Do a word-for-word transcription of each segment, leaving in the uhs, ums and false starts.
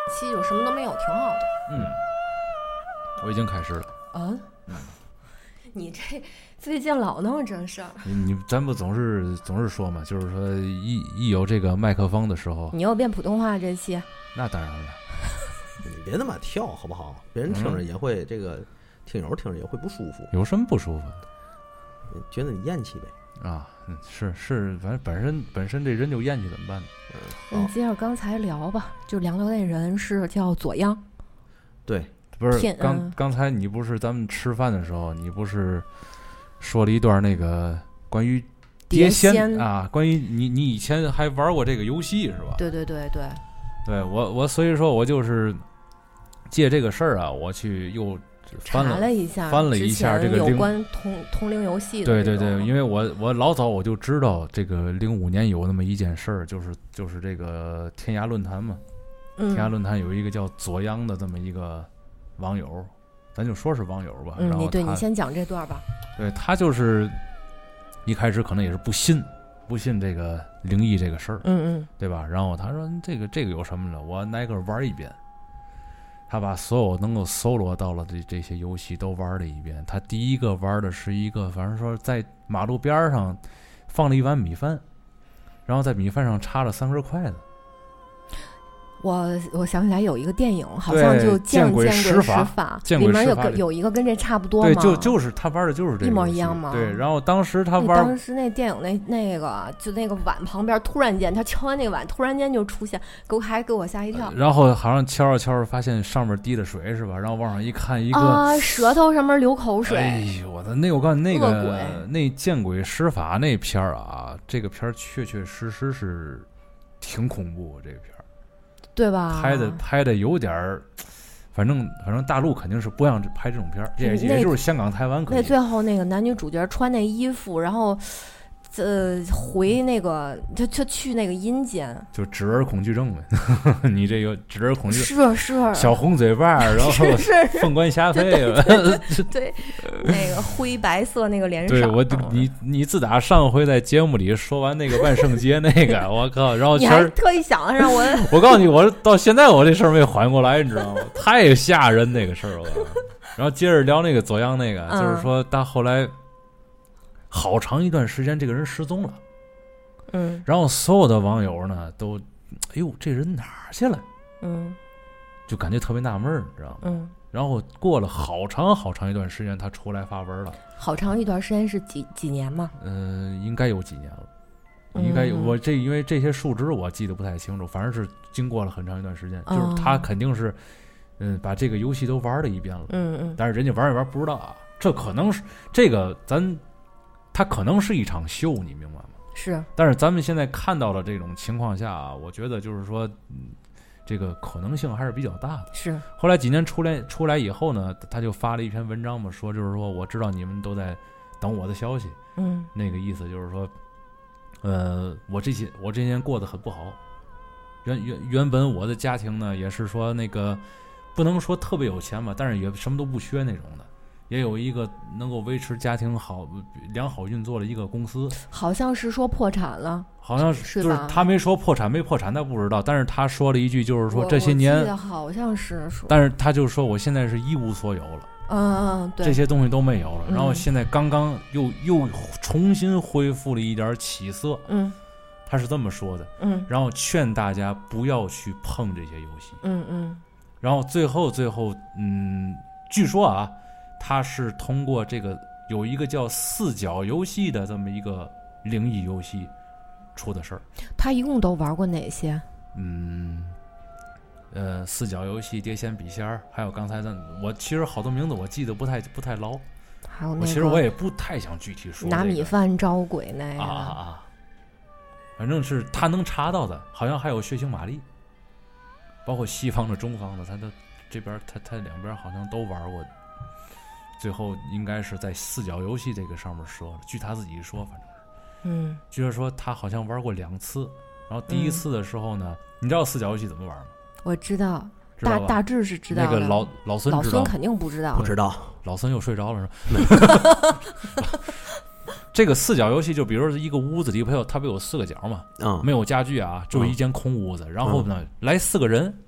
其实有什么都没有，挺好的。 嗯，我已经开始了。 嗯，你这最近老弄这事儿。 你你咱不总是总是说嘛，就是说一一有这个麦克风的时候， 你又变普通话这期？ 那当然了。 你别那么跳好不好？别人听着也会、嗯、这个听友听着也会不舒服。 有什么不舒服？ 觉得你厌气呗。 啊，嗯，是是，反正本身本身这人就厌气，怎么办呢？ 嗯，你接着刚才聊吧，就聊聊那人是叫左央。 对， 不是刚、嗯、刚才你不是咱们吃饭的时候，你不是说了一段那个关于碟仙啊？关于你你以前还玩过这个游戏是吧？ 对对对对， 对我我所以说我就是借这个事儿啊，我去又。翻了一下， 翻了一下这个有关通通灵游戏的。 对对对，因为我我老早我就知道这个零五年有那么一件事儿，就是就是这个天涯论坛嘛， 嗯、 天涯论坛有一个叫左央的这么一个网友，咱就说是网友吧。 嗯， 然后你对你先讲这段吧。 对，他就是一开始可能也是不信不信这个灵异这个事儿， 嗯嗯， 对吧？然后他说这个这个有什么了？我挨个玩一遍。他把所有能够搜罗到了的这些游戏都玩了一遍。他第一个玩的是一个，反正说在马路边上放了一碗米饭，然后在米饭上插了三根筷子。 我我想起来有一个电影，好像就见鬼使法， 里面有个有一个跟这差不多吗？对，就就是他玩的就是这个一模一样吗？ 对，然后当时他玩， 当时那电影那那个就那个碗旁边突然间他敲完那个碗，突然间就出现，给我还给我吓一跳。 呃、然后好像敲着敲着发现上面滴了水是吧？然后往上一看，一个啊舌头上面流口水。 哎呦我的那我告诉你那个那见鬼使法那片儿啊，这个片儿确确实实是挺恐怖这个片儿。 对吧？ 拍的拍的有点儿，反正反正大陆肯定是不让拍这种片儿，也也就是香港、台湾可以。 那最后那个男女主角穿那衣服，然后呃回那个就就去那个阴间， 就直耳恐惧症呗。你这个直耳恐惧是是小红嘴巴，然后凤冠霞帔， 对那个灰白色那个脸对我你你自打上回在节目里说完那个万圣节那个，我靠，然后你还特意想让我， 我告诉你，我到现在我这事儿没缓过来，你知道吗？太吓人那个事儿了。然后接着聊那个左央那个， 嗯、 就是说他后来。好长一段时间，这个人失踪了， 嗯， 然后所有的网友呢都，哎呦，这人哪儿去了？ 嗯， 就感觉特别纳闷，你知道吗？ 嗯， 然后过了好长好长一段时间，他出来发文了。 好长一段时间是几几年吗？ 嗯、呃，应该有几年了，应该有。嗯、我这因为这些数值我记得不太清楚，反正是经过了很长一段时间， 哦、 就是他肯定是，嗯，把这个游戏都玩了一遍了， 嗯嗯， 但是人家玩一玩不知道啊，这可能是这个咱。它可能是一场秀，你明白吗？ 是。 但是咱们现在看到了这种情况下啊，我觉得就是说，嗯，这个可能性还是比较大的。 是。 后来几年出来出来以后呢，他就发了一篇文章嘛，说就是说我知道你们都在等我的消息。 嗯。 那个意思就是说，呃，我这些我这些年过得很不好。原原原本我的家庭呢，也是说那个不能说特别有钱吧，但是也什么都不缺那种的。也有一个能够维持家庭好良好运作的一个公司， 好像是说破产了， 好像是就是他没说破产没破产他不知道，但是他说了一句就是说这些年好像是说， 但是他就说我现在是一无所有了， 嗯嗯对， 这些东西都没有了， 嗯、 然后现在刚刚又又重新恢复了一点起色， 嗯， 他是这么说的， 嗯， 然后劝大家不要去碰这些游戏， 嗯嗯， 然后最后最后嗯，据说啊。他是通过这个有一个叫四角游戏的这么一个灵异游戏出的事儿。 他一共都玩过哪些？ 嗯，呃，四角游戏、碟仙、笔仙儿，还有刚才的，我其实好多名字我记得不太不太牢。 还有那个， 我其实我也不太想具体说、这个。 拿米饭招鬼那个啊啊啊！反正是他能查到的，好像还有血腥玛丽，包括西方的、中方的，他的这边他他两边好像都玩过。最后应该是在四角游戏这个上面说了，据他自己说，反正是， 嗯， 就是说他好像玩过两次，然后第一次的时候呢，嗯、你知道四角游戏怎么玩吗？ 我知道， 知道大大致是知道的。 那个老老孙知道， 老孙肯定不知道， 不知道。 老孙又睡着了是吧？这个四角游戏就比如说一个屋子里，它有它不有四个角嘛， 嗯， 没有家具啊，就是一间空屋子，嗯、然后呢、嗯、来四个人。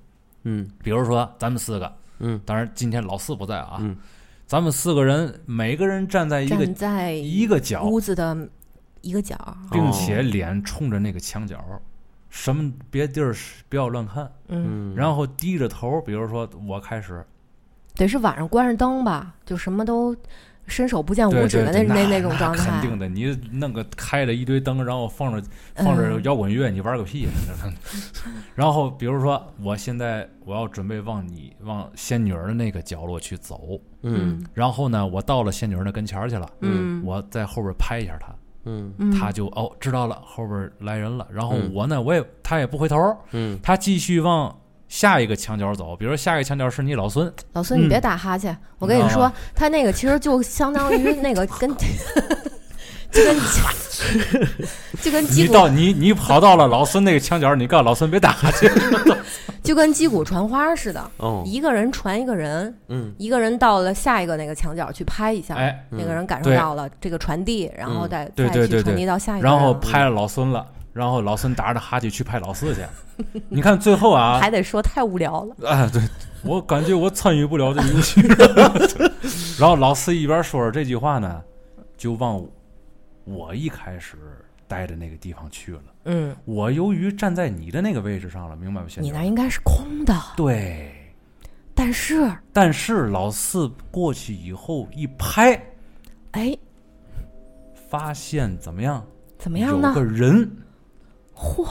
嗯， 比如说咱们四个， 嗯， 当然今天老四不在啊， 嗯， 咱们四个人每个人站在一个站在一个角屋子的一个角， 并且脸冲着那个墙角，什么别地儿不要乱看， 嗯， 然后低着头，比如说我开始， 得是晚上关上灯吧，就什么都伸手不见五对指的对对那那种状态。 肯定的，你弄个开了一堆灯，然后放着放着摇滚乐，嗯、你玩个屁！然后比如说，我现在我要准备往你往仙女儿的那个角落去走， 嗯， 然后呢，我到了仙女儿那跟前去了， 嗯， 我在后边拍一下她。 嗯， 他就哦知道了，后边来人了，然后我呢，我也他也不回头， 嗯， 他继续往下一个墙角走，比如下一个墙角是你老孙， 老孙你别打哈欠，嗯、我跟你说，他那个其实就相当于那个跟就跟就跟击鼓， 你到你你跑到了老孙那个墙角，你告诉老孙别打哈欠， 就跟击鼓传花似的， 哦， 一个人传一个人， 嗯， 一个人到了下一个那个墙角去拍一下， 哎， 那个人感受到了这个传递，然后再、 嗯、 再去传递到下一个人， 然后拍了老孙了。然后老孙打着哈欠去拍老四去，你看最后啊， 还得说太无聊了。 哎，对，我感觉我参与不了这个游戏。然后老四一边说着这句话呢，就往我一开始待的那个地方去了。 嗯， 我由于站在你的那个位置上了，明白不？ 你那应该是空的。 对， 但是但是老四过去以后一拍， 哎， 发现怎么样？ 怎么样呢？ 有个人。 嚯！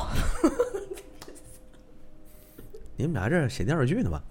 你们俩这写电视剧呢吧？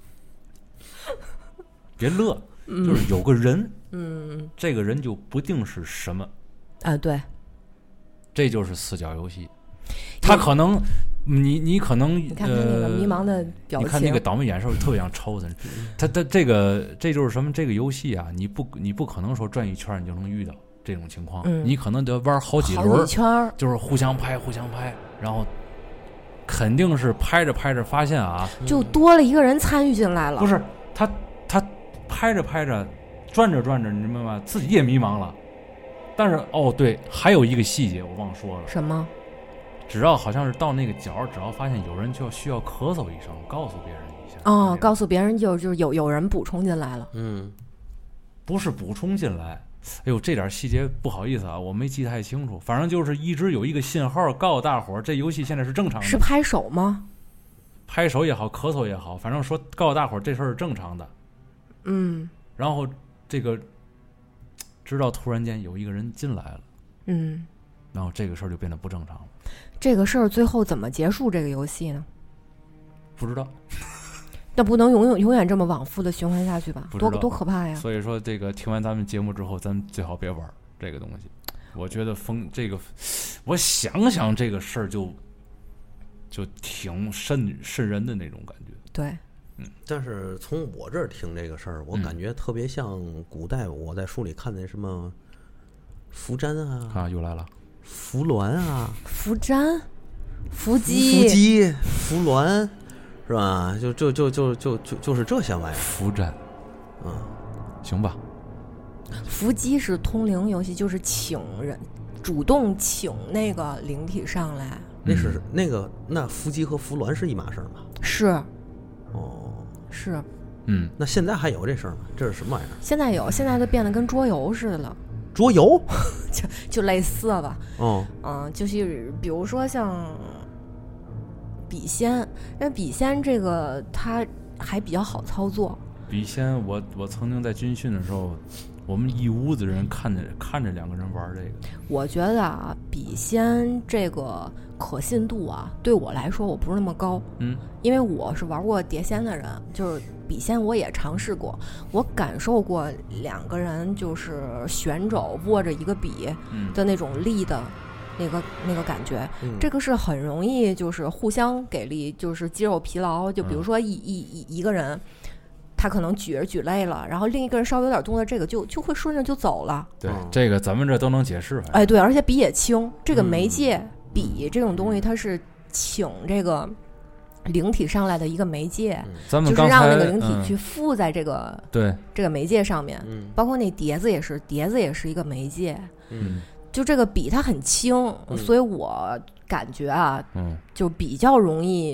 别乐，嗯、就是有个人， 嗯， 这个人就不定是什么啊，对， 这就是四角游戏。他可能，你你可能， 你看他那个迷茫的表情， 呃、你看那个倒霉眼神特别想抽他。他他这个这就是什么？这个游戏啊，你不你不可能说转一圈你就能遇到。这种情况， 嗯、 你可能得玩好几轮， 好几圈， 就是互相拍，互相拍，然后肯定是拍着拍着发现啊， 就多了一个人参与进来了。 不是他，他拍着拍着，转着转着，你明白吗？自己也迷茫了。但是哦，对，还有一个细节我忘说了， 什么？ 只要好像是到那个角，只要发现有人就要需要咳嗽一声，告诉别人一下。 哦，告诉别人就就是有有人补充进来了。 嗯， 不是补充进来。哎呦，这点细节不好意思啊，我没记太清楚。反正就是一直有一个信号告诉大伙儿，这游戏现在是正常的。 是拍手吗？ 拍手也好，咳嗽也好，反正说告诉大伙儿这事儿是正常的。 嗯。 然后这个，直到突然间有一个人进来了。 嗯。 然后这个事儿就变得不正常了。 这个事儿最后怎么结束这个游戏呢？ 不知道。 那不能永远永远这么往复的循环下去吧？多多可怕呀！ 所以说，这个听完咱们节目之后，咱们最好别玩这个东西。我觉得风这个，我想想这个事儿就就挺瘆瘆人的那种感觉。 对， 嗯。 但是从我这儿听这个事儿，我感觉特别像古代我在书里看的什么符簪啊啊，又来了， 符鸾啊， 符簪、伏击、 伏击、符鸾。是吧？就就就就就就就是这些玩意儿。 符簪， 嗯， 行吧。 伏击是通灵游戏，就是请人主动请那个灵体上来。 那是那个那伏击和符鸾是一码事儿吗？ 是。 哦， 是。 嗯， 那现在还有这事儿吗？这是什么玩意儿？ 现在有，现在都变得跟桌游似的了。 桌游？ 就就类似吧。 哦。 嗯，就是比如说像。笔仙，因为笔仙这个它还比较好操作。 笔仙我，我我曾经在军训的时候，我们一屋子人看着看着两个人玩这个。 我觉得啊，笔仙这个可信度啊，对我来说我不是那么高。 嗯， 因为我是玩过碟仙的人，就是笔仙我也尝试过，我感受过两个人就是悬肘握着一个笔的那种力的。那个那个感觉、嗯，这个是很容易就是互相给力，就是肌肉疲劳。就比如说一、嗯、一一一个人，他可能举着举累了，然后另一个人稍微有点动作，这个就就会顺着就走了。 对，嗯、这个咱们这都能解释。 哎，对，而且笔也轻，这个媒介、嗯、笔这种东西，它是请这个灵体上来的一个媒介， 嗯、咱们就是让那个灵体去附在这个、 嗯、对这个媒介上面。 嗯， 包括那碟子也是，碟子也是一个媒介。 嗯。 就这个笔它很轻、嗯，所以我感觉啊， 嗯， 就比较容易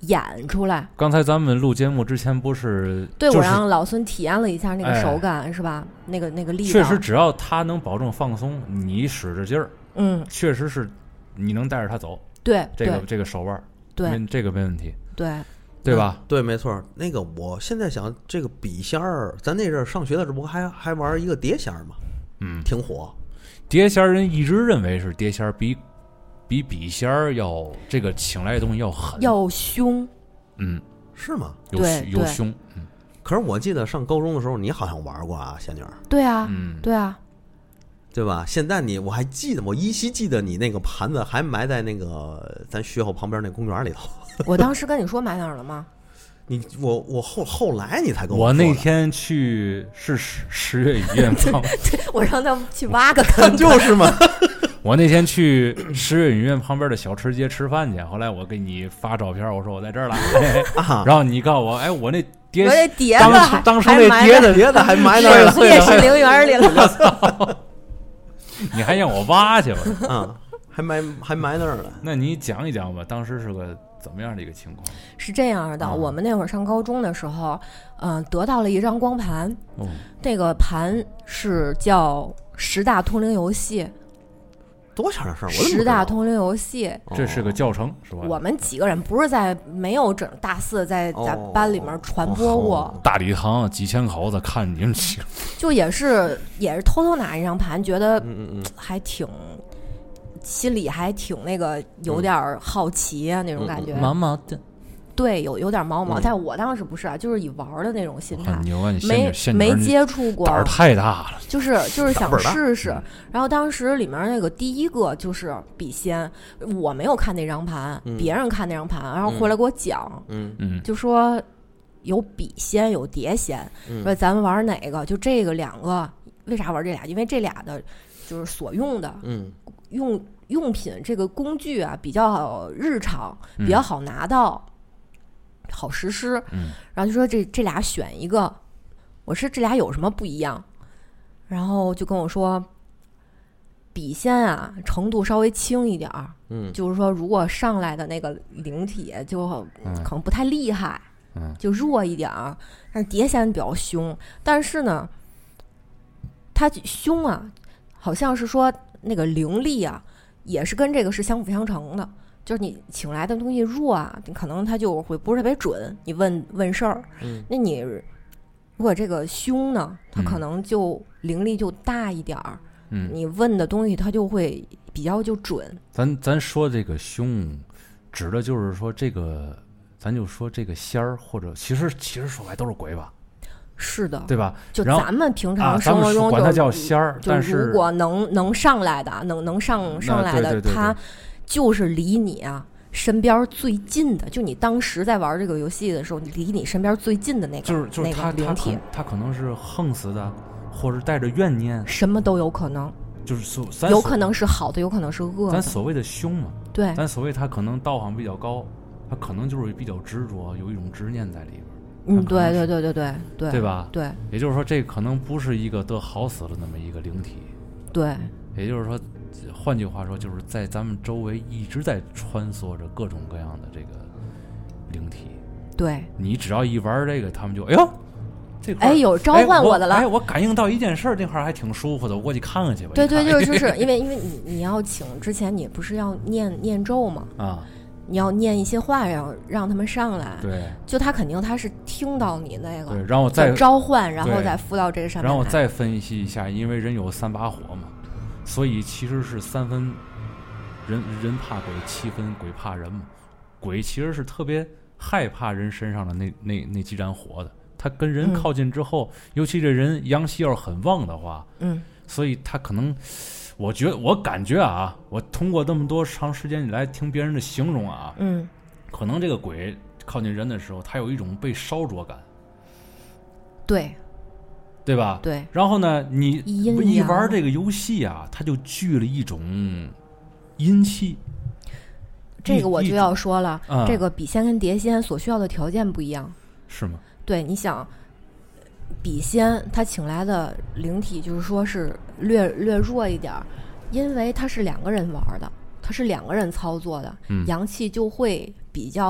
演出来。 刚才咱们录节目之前不是对、 就是、 我让老孙体验了一下那个手感、哎、是吧？那个那个力道， 确实只要他能保证放松，你使着劲儿， 嗯， 确实是你能带着他走。 对， 这个这个手腕， 对， 这个没问题。 对。 对吧、 嗯？对，没错。那个，我现在想，这个笔仙儿，咱那阵儿上学的时候，不还还玩一个碟仙儿吗？ 嗯， 挺火。 碟仙人一直认为是碟仙比比笔仙儿要这个请来的东西要狠， 要凶。 嗯，是吗？ 有有凶。嗯。 可是我记得上高中的时候，你好像玩过啊，仙女儿。 对啊， 嗯， 对啊。 对吧？现在你我还记得，我依稀记得你那个盘子还埋在那个咱学校旁边那公园里头。 我当时跟你说埋哪儿了吗？ 你我我后后来你才跟我说。 我那天去是十十月医院旁， 我让他去挖个坑， 就是嘛。 我那天去十月医院旁边的小吃街吃饭去，后来我给你发照片，我说我在这儿了，哎、然后你告诉我，哎，我那碟， 我那碟子当当初那碟子碟子还埋那儿了， 烈士陵园里了。 你还让我挖去吧？ 啊，还埋还埋那儿了。 那你讲一讲吧，当时是个怎么样的一个情况？ 是这样的，嗯、我们那会儿上高中的时候，嗯、呃，得到了一张光盘， 哦， 那个盘是叫十大通灵游戏。 多少的事儿？ 十大通灵游戏， 这是个教程是吧？ 我们几个人不是在没有整大四在在班里面传播过。 哦哦、 大礼堂几千口子看你们去， 就也是也是偷偷拿一张盘，觉得嗯嗯还挺，心里还挺那个有点好奇啊、嗯、那种感觉。 毛毛的。 对，有有点毛毛、 嗯， 但我当时不是啊，就是以玩的那种心态， 很牛啊！你没没接触过， 胆儿太大了， 就是就是想试试。然后当时里面那个第一个就是笔仙，我没有看那张盘， 嗯、 别人看那张盘，然后回来给我讲， 嗯嗯， 就说有笔仙有碟仙， 嗯、 说咱们玩哪个？就这个两个，为啥玩这俩？因为这俩的就是所用的， 嗯， 用用品这个工具啊比较日常，比较好拿到。嗯好实施， 嗯， 然后就说这这俩选一个，我说这俩有什么不一样？然后就跟我说，笔仙啊程度稍微轻一点儿， 嗯， 就是说如果上来的那个灵体就可能不太厉害， 嗯， 就弱一点儿。但是碟仙比较凶，但是呢，它凶啊，好像是说那个灵力啊，也是跟这个是相辅相成的。就是你请来的东西弱啊，你可能它就会不是特别准。你问问事儿， 嗯， 那你如果这个凶呢，它可能就灵力就大一点儿。 嗯， 你问的东西它就会比较就准。 咱咱说这个凶，指的就是说这个，咱就说这个仙儿，或者其实其实说白都是鬼吧。 是的， 对吧？ 就咱们平常生活中、 啊、管它叫仙儿，但是如果能能上来的，能能上上来的， 对对对对它。就是离你啊身边最近的，就你当时在玩这个游戏的时候，离你身边最近的那个， 就是就是那个灵体， 他可能是横死的，或者带着怨念， 什么都有可能。 就是所有可能是好的，有可能是恶的。 咱所谓的凶嘛， 对， 咱所谓他可能道行比较高，他可能就是比较执着，有一种执念在里边。 嗯，对对对对对对， 对吧？ 对， 也就是说，这可能不是一个得好死了那么一个灵体。 对， 也就是说。换句话说，就是在咱们周围一直在穿梭着各种各样的这个灵体。 对， 你只要一玩这个，他们就哎呦，这块哎有召唤我的了， 哎，我感应到一件事，这块还挺舒服的，我过去看看去吧。 对对，就是就是因为因为你你要请之前，你不是要念念咒吗？ 啊， 你要念一些话，然后让他们上来。 对， 就他肯定他是听到你那个， 对，然后再召唤，然后再附到这个上面。 然后再分析一下，因为人有三把火嘛。所以其实是三分人人怕鬼，七分鬼怕人嘛。鬼其实是特别害怕人身上的那那那几盏火的，他跟人靠近之后，嗯、尤其这人阳气要是很旺的话， 嗯， 所以他可能，我觉得我感觉啊，我通过这么多长时间以来听别人的形容啊， 嗯， 可能这个鬼靠近人的时候，他有一种被烧灼感。 对。 对吧？ 对。 然后呢，你一玩这个游戏啊，它就聚了一种阴气。 这个我就要说了， 嗯、 这个笔仙跟碟仙所需要的条件不一样。 是吗？ 对，你想，笔仙他请来的灵体就是说是略略弱一点，因为他是两个人玩的，他是两个人操作的， 嗯、 阳气就会比较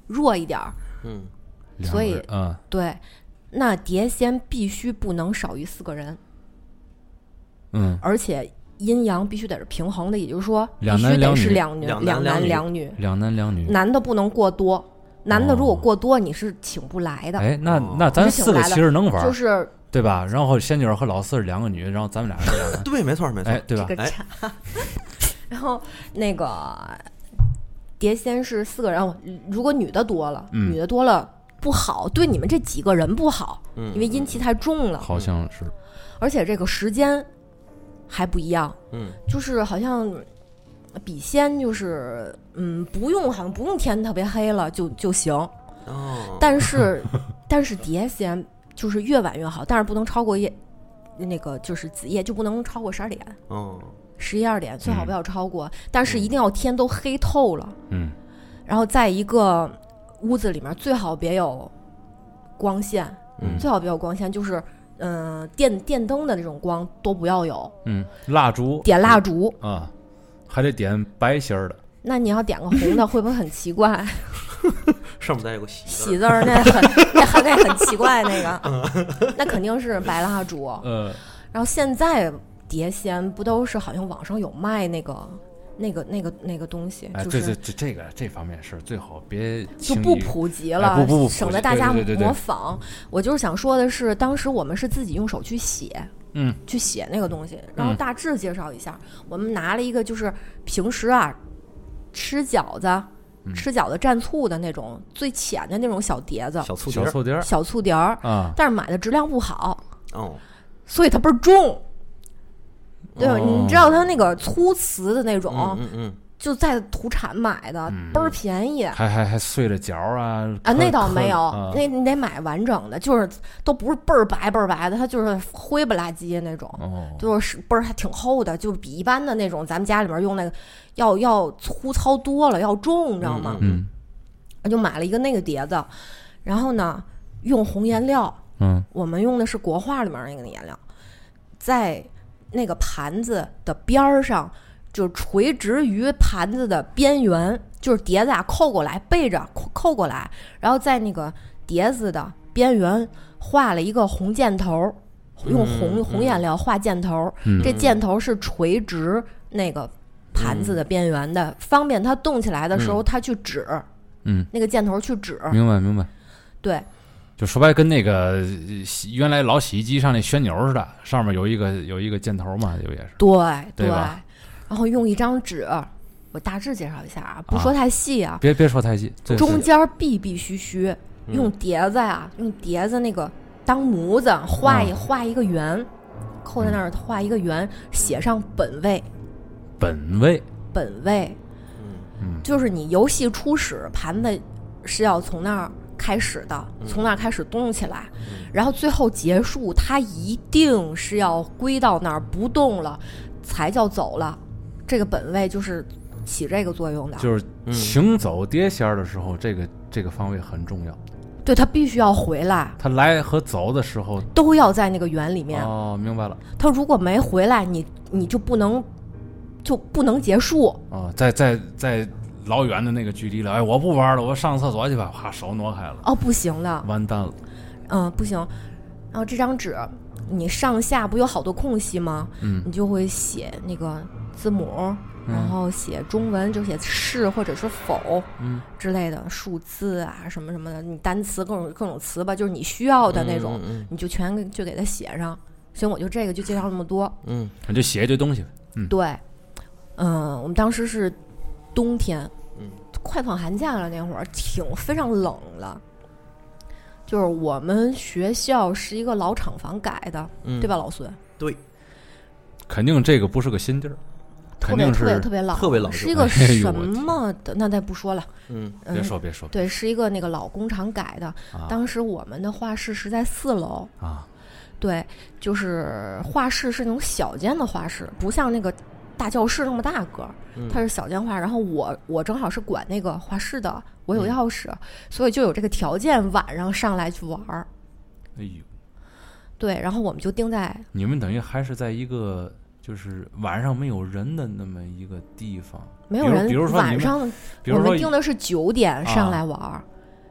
弱一点， 嗯， 所以嗯， 对，那碟仙必须不能少于四个人， 嗯， 而且阴阳必须得是平衡的，也就是说两必须得是两两两男两女， 两男两女， 男的不能过多，男的如果过多你是请不来的。 哎，那那咱四个其实能玩， 就是对吧？然后仙女和老四是两个女，然后咱们俩是两个， 对，没错没错， 哎，对吧？ 这个差。然后那个碟仙是四个人，如果女的多了， 嗯、 女的多了不好，对你们这几个人不好， 嗯、 因为阴气太重了， 好像是， 而且这个时间还不一样， 嗯， 就是好像笔仙就是嗯，不用好像不用天特别黑了就就行， 哦， 但是但是碟仙就是越晚越好，但是不能超过夜，那个就是子夜就不能超过十二点， 哦。 十一二点最好不要超过、嗯、但是一定要天都黑透了， 嗯， 然后在一个屋子里面最好别有光线， 嗯， 最好别有光线，就是嗯、呃、电电灯的那种光都不要有， 嗯，蜡烛点蜡烛、 嗯、啊，还得点白芯儿的， 那你要点个红的会不会很奇怪？ 上面再有个喜喜字儿，那很那那很奇怪，那个那肯定是白蜡烛， 呃， 然后现在碟仙不都是好像网上有卖那个那个那个那个东西， 哎， 就是这这这个这方面是最好别就不普及了， 哎、不不不省得大家对对对对模仿。我就是想说的是，当时我们是自己用手去写， 嗯， 去写那个东西。然后大致介绍一下，嗯、我们拿了一个就是平时啊吃饺子。 嗯、 吃饺子蘸醋的那种最浅的那种小碟子， 小醋小醋碟儿， 小醋碟儿啊， 但是买的质量不好哦， 所以它倍儿重。对吧、 哦？ 你知道它那个粗瓷的那种， 嗯嗯嗯， 就在土产买的， 嗯、 倍儿便宜， 还还还碎了角啊啊，那倒没有， 啊、 那你得买完整的，就是都不是倍儿白倍儿白的，它就是灰不拉几那种， 哦， 就是倍儿还挺厚的，就比一般的那种咱们家里面用那个要要粗糙多了，要重，你知道吗？ 嗯， 我就买了一个那个碟子，然后呢，用红颜料， 嗯， 我们用的是国画里面那个颜料，在那个盘子的边儿上，就垂直于盘子的边缘，就是碟子啊扣过来，背着扣过来，然后在那个碟子的边缘画了一个红箭头，用红、 嗯、 红颜料画箭头、 嗯， 这箭头是垂直那个盘子的边缘的，嗯、方便它动起来的时候它去指， 嗯， 那个箭头去指， 明白明白， 对。 就说白跟那个原来老洗衣机上那旋钮似的，上面有一个有一个箭头嘛，就也是。 对对, 对然后用一张纸，我大致介绍一下啊，不说太细啊。 啊别别说太细。 中间必必须须用碟子呀、啊嗯，用碟子那个当模子画一、啊、画一个圆，扣在那儿画一个圆，写上本位。 本位。 本位。 嗯， 就是你游戏初始盘子是要从那儿开始的，从那儿开始动起来、嗯、然后最后结束它一定是要归到那儿不动了才叫走了，这个本位就是起这个作用的， 就是行走碟仙的时候、嗯、这个这个方位很重要， 对，他必须要回来， 他来和走的时候都要在那个圆里面。 哦，明白了， 他如果没回来你你就不能就不能结束哦，在在在老远的那个距离了，哎，我不玩了，我上厕所去吧，啪，手挪开了。 哦，不行的， 完蛋了。 嗯，不行。然后这张纸，你上下不有好多空隙吗？ 嗯， 你就会写那个字母， 嗯、 然后写中文就写是或者是否， 嗯之类的数字啊什么什么的，你单词各种各种词吧，就是你需要的那种， 嗯嗯、 你就全就给它写上。行，我就这个就介绍那么多。 嗯， 你就写一堆东西。嗯， 对，嗯、呃，我们当时是冬天， 嗯， 快放寒假了，那会儿挺非常冷了。就是我们学校是一个老厂房改的， 嗯、 对吧，老孙？ 对， 肯定这个不是个新地儿，肯定是特别特别老， 特别老， 是一个什么的？那咱不说了， 嗯， 嗯别说别说。 对，是一个那个老工厂改的。 啊、 当时我们的画室是在四楼啊， 对，就是画室是那种小间的画室，不像那个大教室那么大个，它是小间画。然后我我正好是管那个画室的，我有钥匙，嗯、所以就有这个条件晚上上来去玩儿。 哎呦， 对，然后我们就定在你们等于还是在一个就是晚上没有人的那么一个地方， 没有人， 比如说晚上比如说我们定的是九点上来玩儿。啊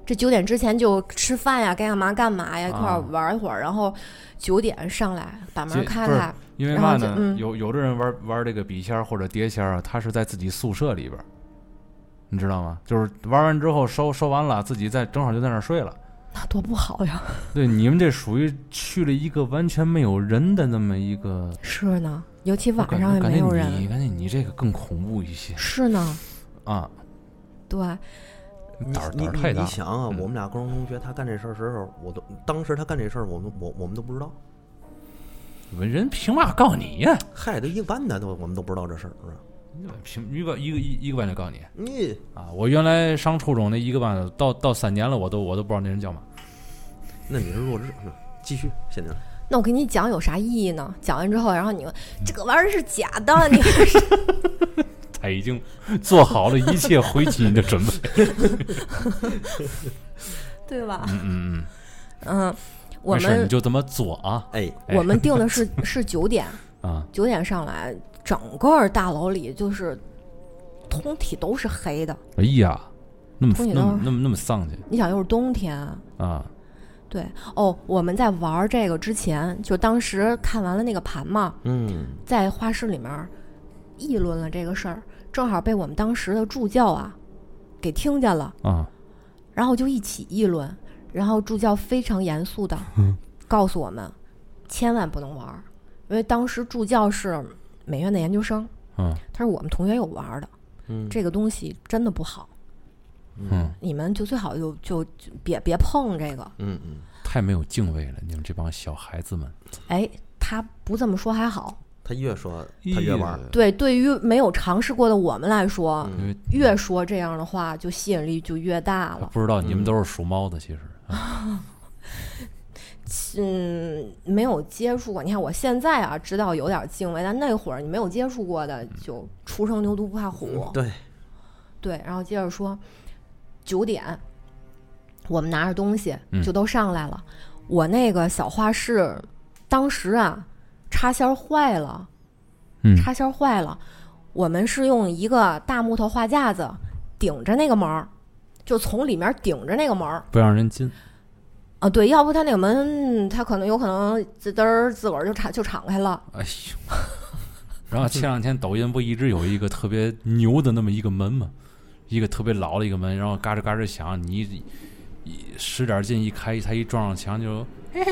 这九点之前就吃饭呀，该干嘛干嘛呀，一块儿玩一会儿， 啊、 然后九点上来把门开开。 因为嘛呢？ 嗯、 有有的人玩玩这个笔仙或者碟仙啊，他是在自己宿舍里边，你知道吗？就是玩完之后收收完了，自己在正好就在那儿睡了。 那多不好呀！ 对，你们这属于去了一个完全没有人的那么一个。 是呢，尤其晚上也没有人。 你感觉你这个更恐怖一些。 是呢。 啊。 对。 胆儿胆儿太大。 你想啊，嗯、我们俩高中同学，他干这事儿时候，我都当时他干这事儿，我们我我们都不知道。 人凭嘛告你呀？ 嗨，都一个班的都我们都不知道这事儿，是吧？ 凭一个一个一一个班就告你。 你啊，我原来上初中那一个班，到到三年了，我都我都不知道那人叫嘛。 那你是弱智，继续现在。 那我给你讲有啥意义呢？讲完之后，然后你说这个玩意儿是假的，你还是他已经做好了一切回击你的准备， 对吧？ 嗯嗯嗯嗯。我们你就这么做啊！ 哎， 我们定的是是九点啊， 九点上来，整个大楼里就是通体都是黑的。 哎呀，那么那么那么那么丧气！ 你想又是冬天啊？ 对哦，我们在玩这个之前，就当时看完了那个盘嘛， 嗯， 在画室里面议论了这个事儿，正好被我们当时的助教啊给听见了啊， 然后就一起议论。然后助教非常严肃的告诉我们，千万不能玩，因为当时助教是美院的研究生， 嗯， 他说我们同学有玩的， 嗯， 这个东西真的不好， 嗯， 你们就最好就就别别碰这个， 嗯嗯， 太没有敬畏了，你们这帮小孩子们。 哎，他不这么说还好， 他越说他越玩。 对，对于没有尝试过的我们来说， 嗯、 越说这样的话，就吸引力就越大了。 不知道你们都是属猫的，其实。 嗯，没有接触过。你看我现在啊，知道有点敬畏，但那会儿你没有接触过的，就初生牛犊不怕虎。 嗯、对， 对，然后接着说，九点，我们拿着东西就都上来了。嗯、我那个小画室，当时啊，插线坏了， 嗯， 插线坏了，我们是用一个大木头画架子顶着那个门。就从里面顶着那个门， 不让人进。 啊，对，要不他那个门，他可能有可能自嘚儿自个儿就敞就敞开了。 哎呦！然后前两天抖音不一直有一个特别牛的那么一个门吗？一个特别老的一个门，然后嘎吱嘎吱响，你一使点劲一开，它一撞上墙就。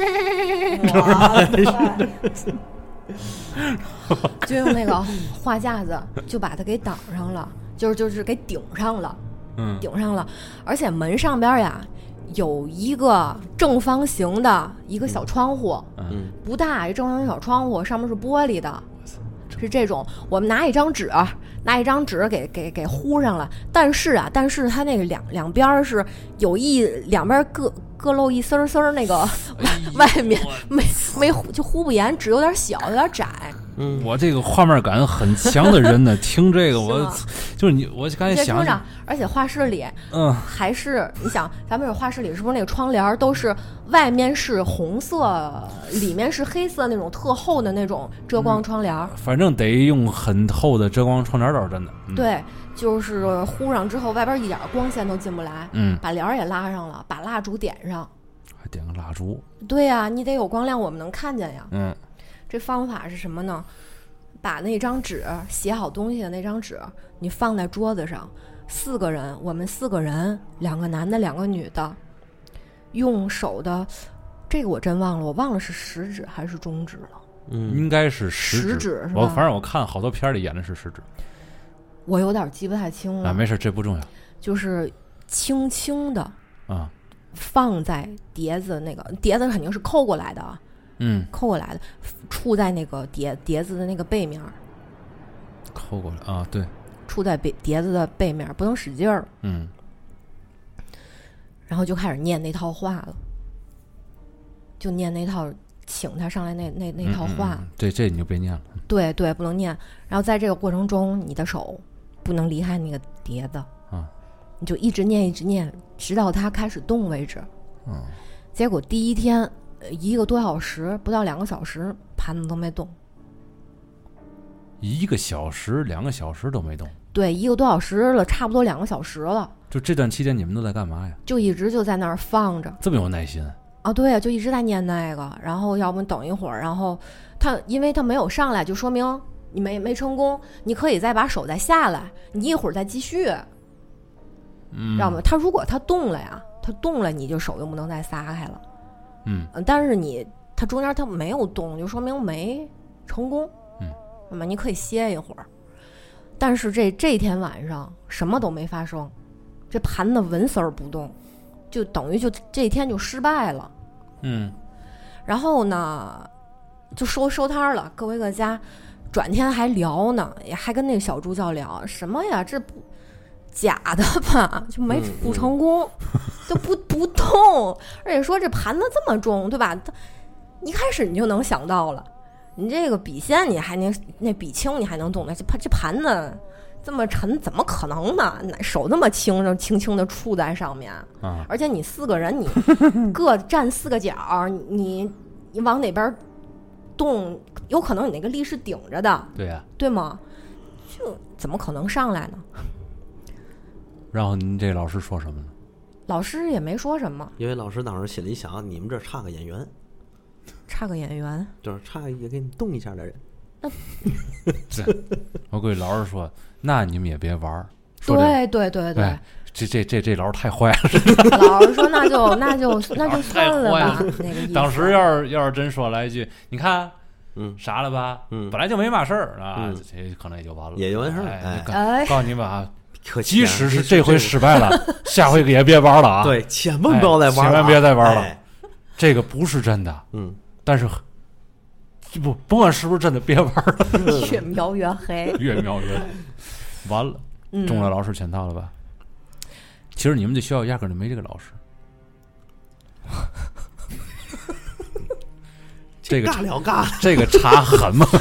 就用那个画架子就把它给挡上了，就是就是给顶上了。 嗯， 顶上了，而且门上边呀有一个正方形的一个小窗户， 嗯， 不大，一正方形小窗户，上面是玻璃的，是这种。我们拿一张纸，拿一张纸给给给糊上了，但是啊，但是它那个两两边是有一两边各各露一丝丝那个外、哎、外面没没就糊不严，只有点小，有点窄。 嗯，我这个画面感很强的人呢，听这个我就是你，我刚才想着，而且画室里， 嗯， 还是你想，咱们这画室里是不是那个窗帘都是外面是红色，里面是黑色那种特厚的那种遮光窗帘？嗯、 反正得用很厚的遮光窗帘，倒是真的。嗯、 对，就是糊上之后，外边一点光线都进不来。 嗯， 把帘也拉上了，把蜡烛点上， 还点个蜡烛。 对呀、啊，你得有光亮，我们能看见呀。 嗯。 这方法是什么呢？把那张纸写好东西的那张纸，你放在桌子上，四个人，我们四个人，两个男的，两个女的，用手的，这个我真忘了，我忘了是食指还是中指了。 嗯，应该是食指， 食指是吧？ 我反正我看好多片里演的是食指， 我有点记不太清了。 啊，没事，这不重要。 就是轻轻的啊， 放在碟子那个碟子肯定是扣过来的啊。 嗯， 扣过来的，触在那个碟碟子的那个背面， 扣过来啊，对， 触在碟碟子的背面，不能使劲儿。 嗯， 然后就开始念那套话了，就念那套，请他上来那那那套话。 嗯嗯、这这你就别念了。 对对，不能念。然后在这个过程中，你的手不能离开那个碟子啊， 你就一直念一直念，直到它开始动为止。 嗯， 结果第一天。一个多小时，不到两个小时，盘子都没动。 一个小时、两个小时都没动。 对，一个多小时了，差不多两个小时了。 就这段期间你们都在干嘛呀？ 就一直就在那儿放着。 这么有耐心啊？对呀、啊，就一直在念那个，然后要不等一会儿，然后他因为他没有上来，就说明你没没成功，你可以再把手再下来，你一会儿再继续，嗯，知道吗？他如果他动了呀，他动了，你就手就不能再撒开了， 嗯， 但是你他中间他没有动，就说明没成功， 嗯， 那么你可以歇一会儿。但是这这天晚上什么都没发生，这盘子纹丝儿不动，就等于就这一天就失败了。 嗯， 然后呢，就收收摊了，各回各家。转天还聊呢，也还跟那个小助教聊什么呀？这不假的吧？就没不成功，都不不动，而且说这盘子这么重，对吧？一开始你就能想到了，你这个笔仙你还能那笔轻你还能动的，这这盘子这么沉，怎么可能呢？手那么轻，就轻轻的触在上面， 啊！ 而且你四个人，你各站四个角，你你往哪边动，有可能你那个力是顶着的， 对呀、啊， 对吗？就怎么可能上来呢？ 然后您这老师说什么呢？ 老师也没说什么， 因为老师当时心里想，你们这差个演员， 差个演员， 就是差一个给你动一下的人。 这，我估计老师说，那你们也别玩儿。 对对对对。 哎这这这这老师太坏了！ 老师说那就那就那就算了吧。那个意思当时要是要是真说来一句，你看， 嗯， 傻了吧？ 嗯， 本来就没嘛事儿啊， 嗯、 这可能也就完了， 也就完事儿。 哎， 哎告诉你们啊， 可即使是这回失败了，下回也别玩了啊！ 对，千万不要再玩了、 哎，千万别再玩了。 哎、 这个不是真的， 嗯， 但是不甭管是不是真的，别玩了。 越描越黑， 越描越黑，完了，中了老师圈套了吧？其实你们这学校压根就没这个老师，这个尬聊尬， 这个差很吗？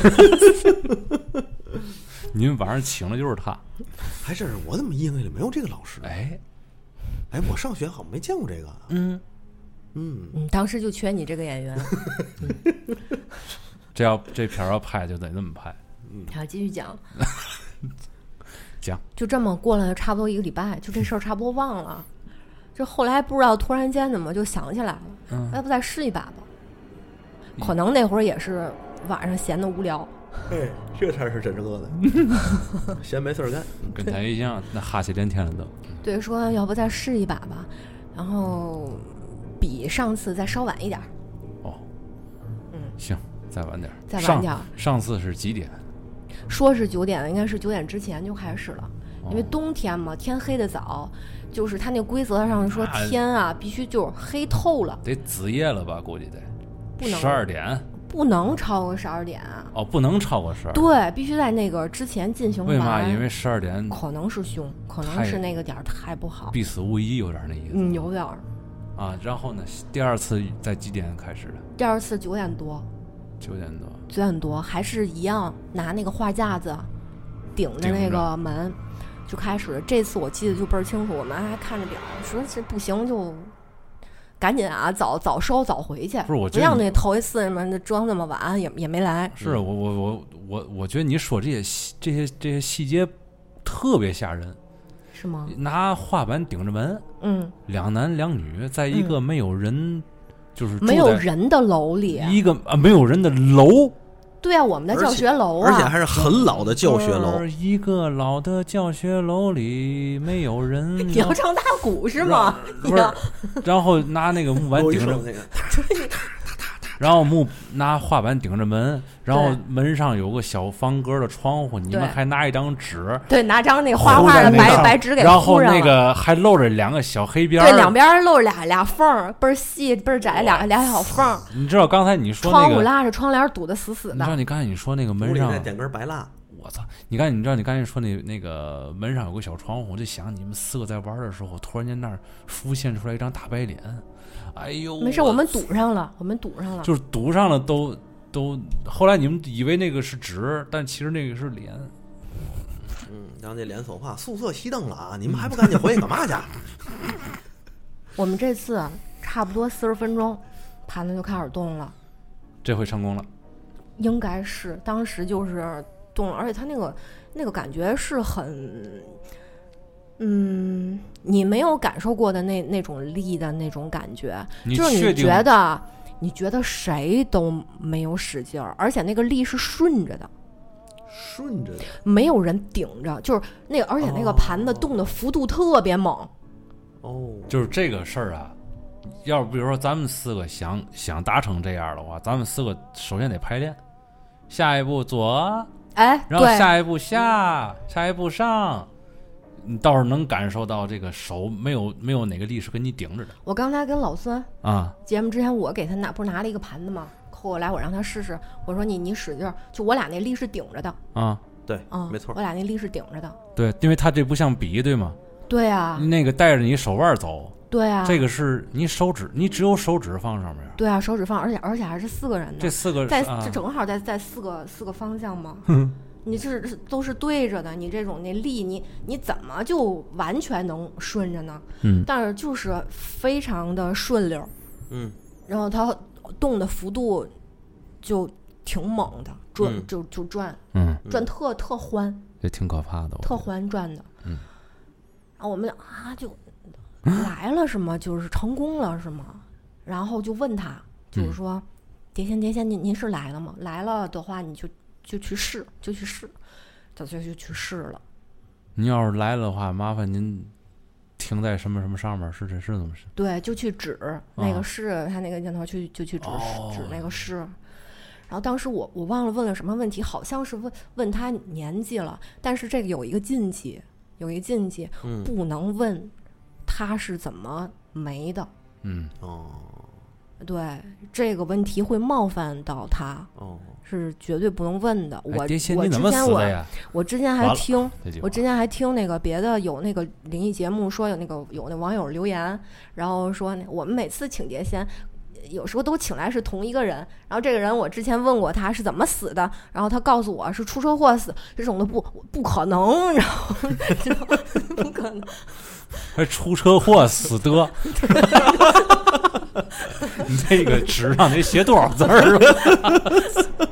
你们晚上请的就是他， 还真是我怎么印象里没有这个老师？ 哎， 哎，我上学好像没见过这个。 嗯嗯嗯，当时就缺你这个演员。 嗯、这要这片要拍就得那么拍。 嗯，好，继续讲。 讲就这么过了差不多一个礼拜，就这事儿差不多忘了。这后来不知道突然间怎么就想起来了， 嗯， 要不再试一把吧？可能那会儿也是晚上闲得无聊。 哎，这才是真正的，闲没事干， 跟他一样，那哈气连天了都。 对，说要不再试一把吧，然后比上次再稍晚一点。 哦， 嗯， 行，再晚点， 再晚点。 上, 上次是几点？ 说是九点，应该是九点之前就开始了，因为冬天嘛，天黑的早，就是他那规则上说天啊必须就是黑透了， 得子夜了吧？估计得不能十二点， 不能超过十二点啊！ 哦，不能超过十二， 对，必须在那个之前进行完。 为嘛？因为十二点可能是凶，可能是那个点儿太不好， 必死无疑，有点那意思。 嗯，有点啊。然后呢，第二次在几点开始的？ 第二次九点多。 九点多， 九点多还是一样拿那个画架子顶着那个门就开始。这次我记得就倍儿清楚，我们还看着表说这不行就赶紧啊，早早收早回去。 不是我不像那头一次什么装那么晚也也没来。 是我我我我我觉得你说这些这些这些细节特别吓人。 是吗？ 拿画板顶着门， 嗯， 两男两女在一个没有人。嗯就是没有人的楼里， 一个啊没有人的楼， 对啊，我们的教学楼啊， 而且还是很老的教学楼。 一个老的教学楼里没有人。 你要唱大鼓是吗？ 不是，然后拿那个木板顶着，然后木拿画板顶着门，然后门上有个小方格的窗户，你们还拿一张纸， 对，拿张那个画画的白白纸给然后那个还露着两个小黑边， 对，两边露着俩俩缝，倍儿细倍儿窄，俩俩小缝。 你知道刚才你说那个窗户拉着窗帘堵得死死的。 你知道你刚才你说那个门上点根白蜡， 我操！你刚才你知道你刚才说那那个门上有个小窗户，我就想你们四个在玩的时候，突然间那儿浮现出来一张大白脸。哎呦， 没事，我们堵上了，我们堵上了， 就是堵上了都，都都。后来你们以为那个是纸，但其实那个是脸。 嗯，让这脸说话，宿舍熄灯了啊！你们还不赶紧回去干嘛去？ 我们这次差不多四十分钟，盘子就开始动了。 这回成功了， 应该是当时就是动了，而且他那个那个感觉是很，嗯， 你没有感受过的那那种力的那种感觉，就是你觉得你觉得谁都没有使劲儿，而且那个力是顺着的。 顺着的， 没有人顶着，就是那个，而且那个盘子动的幅度特别猛。 哦， 就是这个事儿啊，要比如说咱们四个想想达成这样的话，咱们四个首先得排练，下一步左， 哎， 然后下一步下，下一步上，你倒是能感受到这个手没有没有哪个力是跟你顶着的。 我刚才跟老孙啊， 节目之前我给他拿不是拿了一个盘子吗？扣过来我让他试试，我说你你使劲，就我俩那力是顶着的。 啊， 对， 嗯， 没错， 我俩那力是顶着的。 对，因为他这不像笔，对吗？ 对啊， 那个带着你手腕走。 对啊， 这个是你手指，你只有手指放上面。 对啊，手指放，而且而且还是四个人的， 这四个在、 啊、 这正好在在四个四个方向嘛。你这都是对着的，你这种那力，你你怎么就完全能顺着呢？ 嗯， 但是就是非常的顺溜。 嗯， 然后它动的幅度就挺猛的，转、嗯、就就转， 嗯， 转特特欢， 也挺可怕的， 特欢转的。 嗯， 然后我们啊就来了是吗？就是成功了是吗？然后就问他，就是说，嗯、碟仙碟仙，您您是来了吗？来了的话，你就就去试，就去试，他就就去试了。 你要是来了的话，麻烦您停在什么什么上面，是这是怎么是？ 对，就去指那个试，啊、他那个箭头去就去指、哦、指那个试。然后当时我我忘了问了什么问题，好像是问问他年纪了，但是这个有一个禁忌，有一个禁忌， 嗯、 不能问他是怎么没的。 嗯， 哦， 对，这个问题会冒犯到他， 哦， 是绝对不能问的。我、 哎、 我之前我我之前还听，我之前还听那个别的有那个灵异节目说有那个有那网友留言，然后说我们每次请碟仙。有时候都请来是同一个人，然后这个人我之前问过他是怎么死的，然后他告诉我是出车祸死，这种的不不可能，然后不可能， 还出车祸死的，你这个纸上得写多少字儿啊？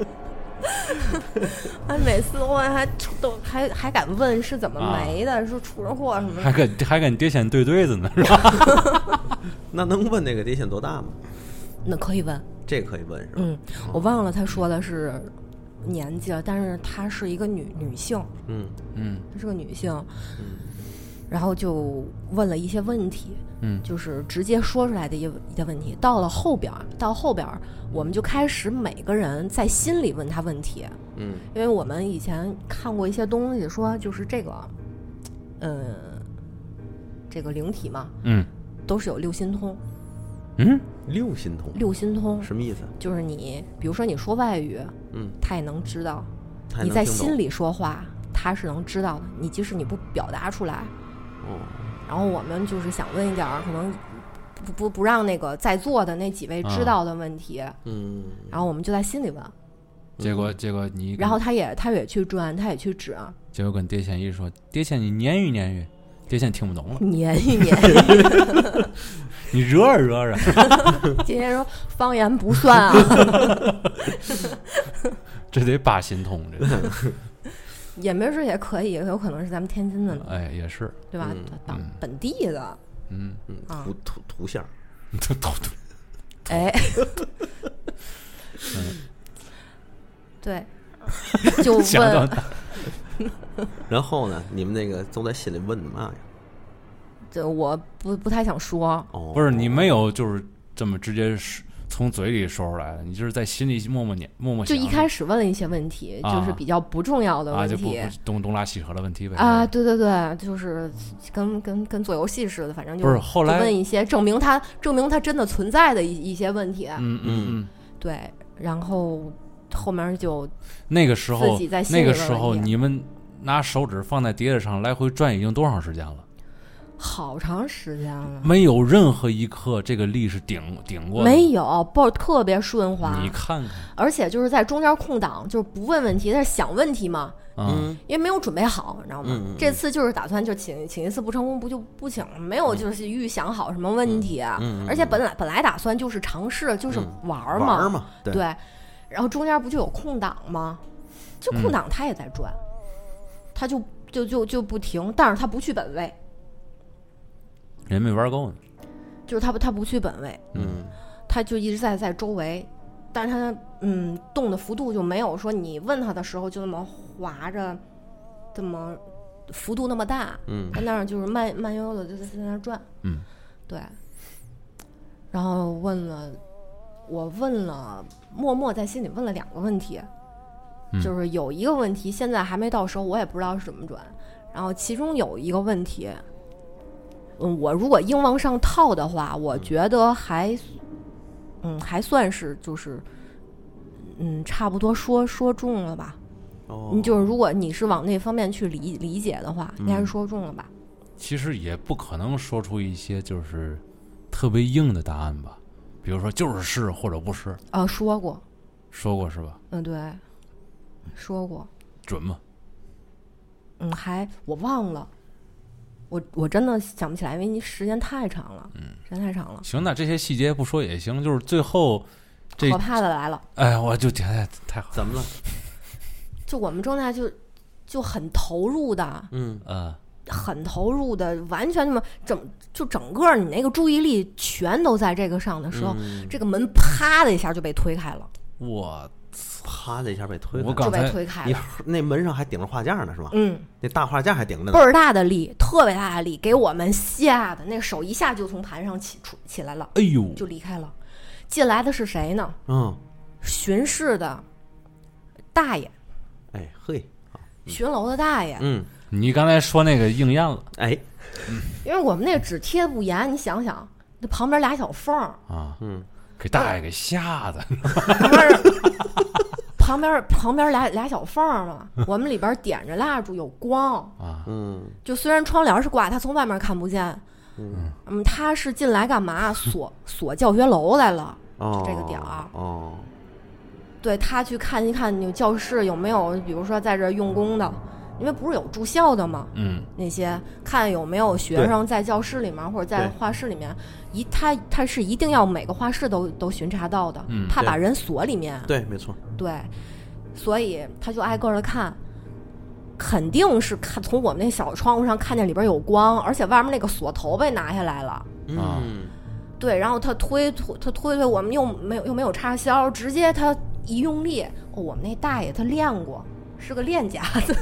他每次问还都还还敢问是怎么没的，啊、说出车祸什么的， 还跟还跟碟仙对对子呢，是吧？ 那能问那个碟仙多大吗？ 那可以问， 这可以问是吧？ 嗯，我忘了他说的是年纪了，但是她是一个女女性， 嗯嗯， 她是个女性， 嗯， 然后就问了一些问题， 嗯， 就是直接说出来的一一些问题。到了后边，到后边我们就开始每个人在心里问他问题， 嗯， 因为我们以前看过一些东西，说就是这个，呃，这个灵体嘛， 嗯， 都是有六心通。 嗯， 六心通， 六心通什么意思？ 就是你，比如说你说外语， 嗯， 他也能知道； 能你在心里说话，他是能知道的。你即使你不表达出来， 哦。 然后我们就是想问一点可能不不不让那个在座的那几位知道的问题， 嗯， 然后我们就在心里问。 结果结果你， 然后他也他也去转，他也去指。 结果跟碟仙一说，碟仙你言语言语，碟仙听不懂了， 言语言语。 你惹着惹着， 今天说方言不算啊， 这得八心通，这也没准也可以，有可能是咱们天津的呢， 哎，也是， 对吧？当、嗯、本地的， 嗯嗯，图图图像， 图图， 哎， 嗯， 对，就问， 然后呢？你们那个都在心里问的嘛呀？ 这我不不太想说， 哦， 不是你没有就是这么直接从嘴里说出来的，你就是在心里默默念默默想。 就一开始问了一些问题，啊、就是比较不重要的问题， 啊、就不不东东拉西扯的问题呗。 啊，对对对，就是跟跟跟做游戏似的，反正就不是后来问一些证明它证明它真的存在的一一些问题。 嗯嗯嗯， 对，然后后面就那个时候自己在心里那个时候你们拿手指放在碟子上来回转已经多长时间了？ 好长时间了， 没有任何一刻这个力是顶顶过的， 没有，不特别顺滑。 你看看， 而且就是在中间空档，就是不问问题，但是想问题嘛， 嗯， 因为没有准备好，你知道吗？ 嗯、 这次就是打算就请请一次不成功，不就不请了，没有就是预想好什么问题，啊嗯嗯、 而且本来本来打算就是尝试，就是玩嘛， 嗯、玩嘛，对， 对，然后中间不就有空档吗？就空档他也在转， 嗯、 他就就就就不停，但是他不去本位。 人没玩够呢。 就是他不他不去本位， 嗯， 他就一直在在周围，但是他嗯动的幅度就没有说你问他的时候就那么滑着，这么幅度那么大， 嗯， 在那儿就是慢慢悠悠的就在在那儿转， 嗯， 对。然后问了，我问了，默默在心里问了两个问题， 嗯、 就是有一个问题现在还没到手，我也不知道是怎么转。然后其中有一个问题，嗯，我如果硬往上套的话，我觉得还，嗯，还算是就是，嗯，差不多说说中了吧。 哦， 你就是如果你是往那方面去理理解的话，应该是说中了吧。 其实也不可能说出一些就是特别硬的答案吧，比如说就是是或者不是。 呃，说过， 说过是吧？ 嗯，对，说过。 准吗？ 嗯，还我忘了，我我真的想不起来，因为你时间太长了，嗯，时间太长了。 行，那这些细节不说也行，就是最后这可怕的来了。 哎，我就太太好， 怎么了？ 就我们正在就就很投入的， 嗯呃， 很投入的，完全那么整就整个你那个注意力全都在这个上的时候， 嗯、 这个门啪的一下就被推开了。 我啪的一下被推开， 我刚才就被推开了。 那门上还顶着画架呢，是吧？ 嗯， 那大画架还顶着呢， 倍儿大的力，特别大的力，给我们吓的，那个手一下就从盘上起出起来了， 哎呦， 就离开了。进来的是谁呢？ 嗯， 巡视的大爷， 哎嘿， 巡楼的大爷。 嗯， 你刚才说那个应验了， 哎， 因为我们那个纸贴不严，你想想，那旁边俩小缝啊， 嗯， 给大爷给吓的。 旁边旁边俩俩小缝嘛，我们里边点着蜡烛，有光啊， 嗯， 就虽然窗帘是挂，他从外面看不见， 嗯， 嗯，他是进来干嘛？锁锁教学楼来了， 哦， 这个点儿， 哦， 对他去看一看你教室有没有，比如说在这用功的，因为不是有住校的吗？ 嗯， 那些看有没有学生在教室里面或者在画室里面，一他他是一定要每个画室都都巡查到的， 嗯， 怕把人锁里面， 对，没错， 对，所以他就挨个的看，肯定是看从我们那小窗户上看见里边有光，而且外面那个锁头被拿下来了， 嗯， 对，然后他推推他推推，我们又没有又没有插销，直接他一用力，哦，我们那大爷他练过，是个练家子，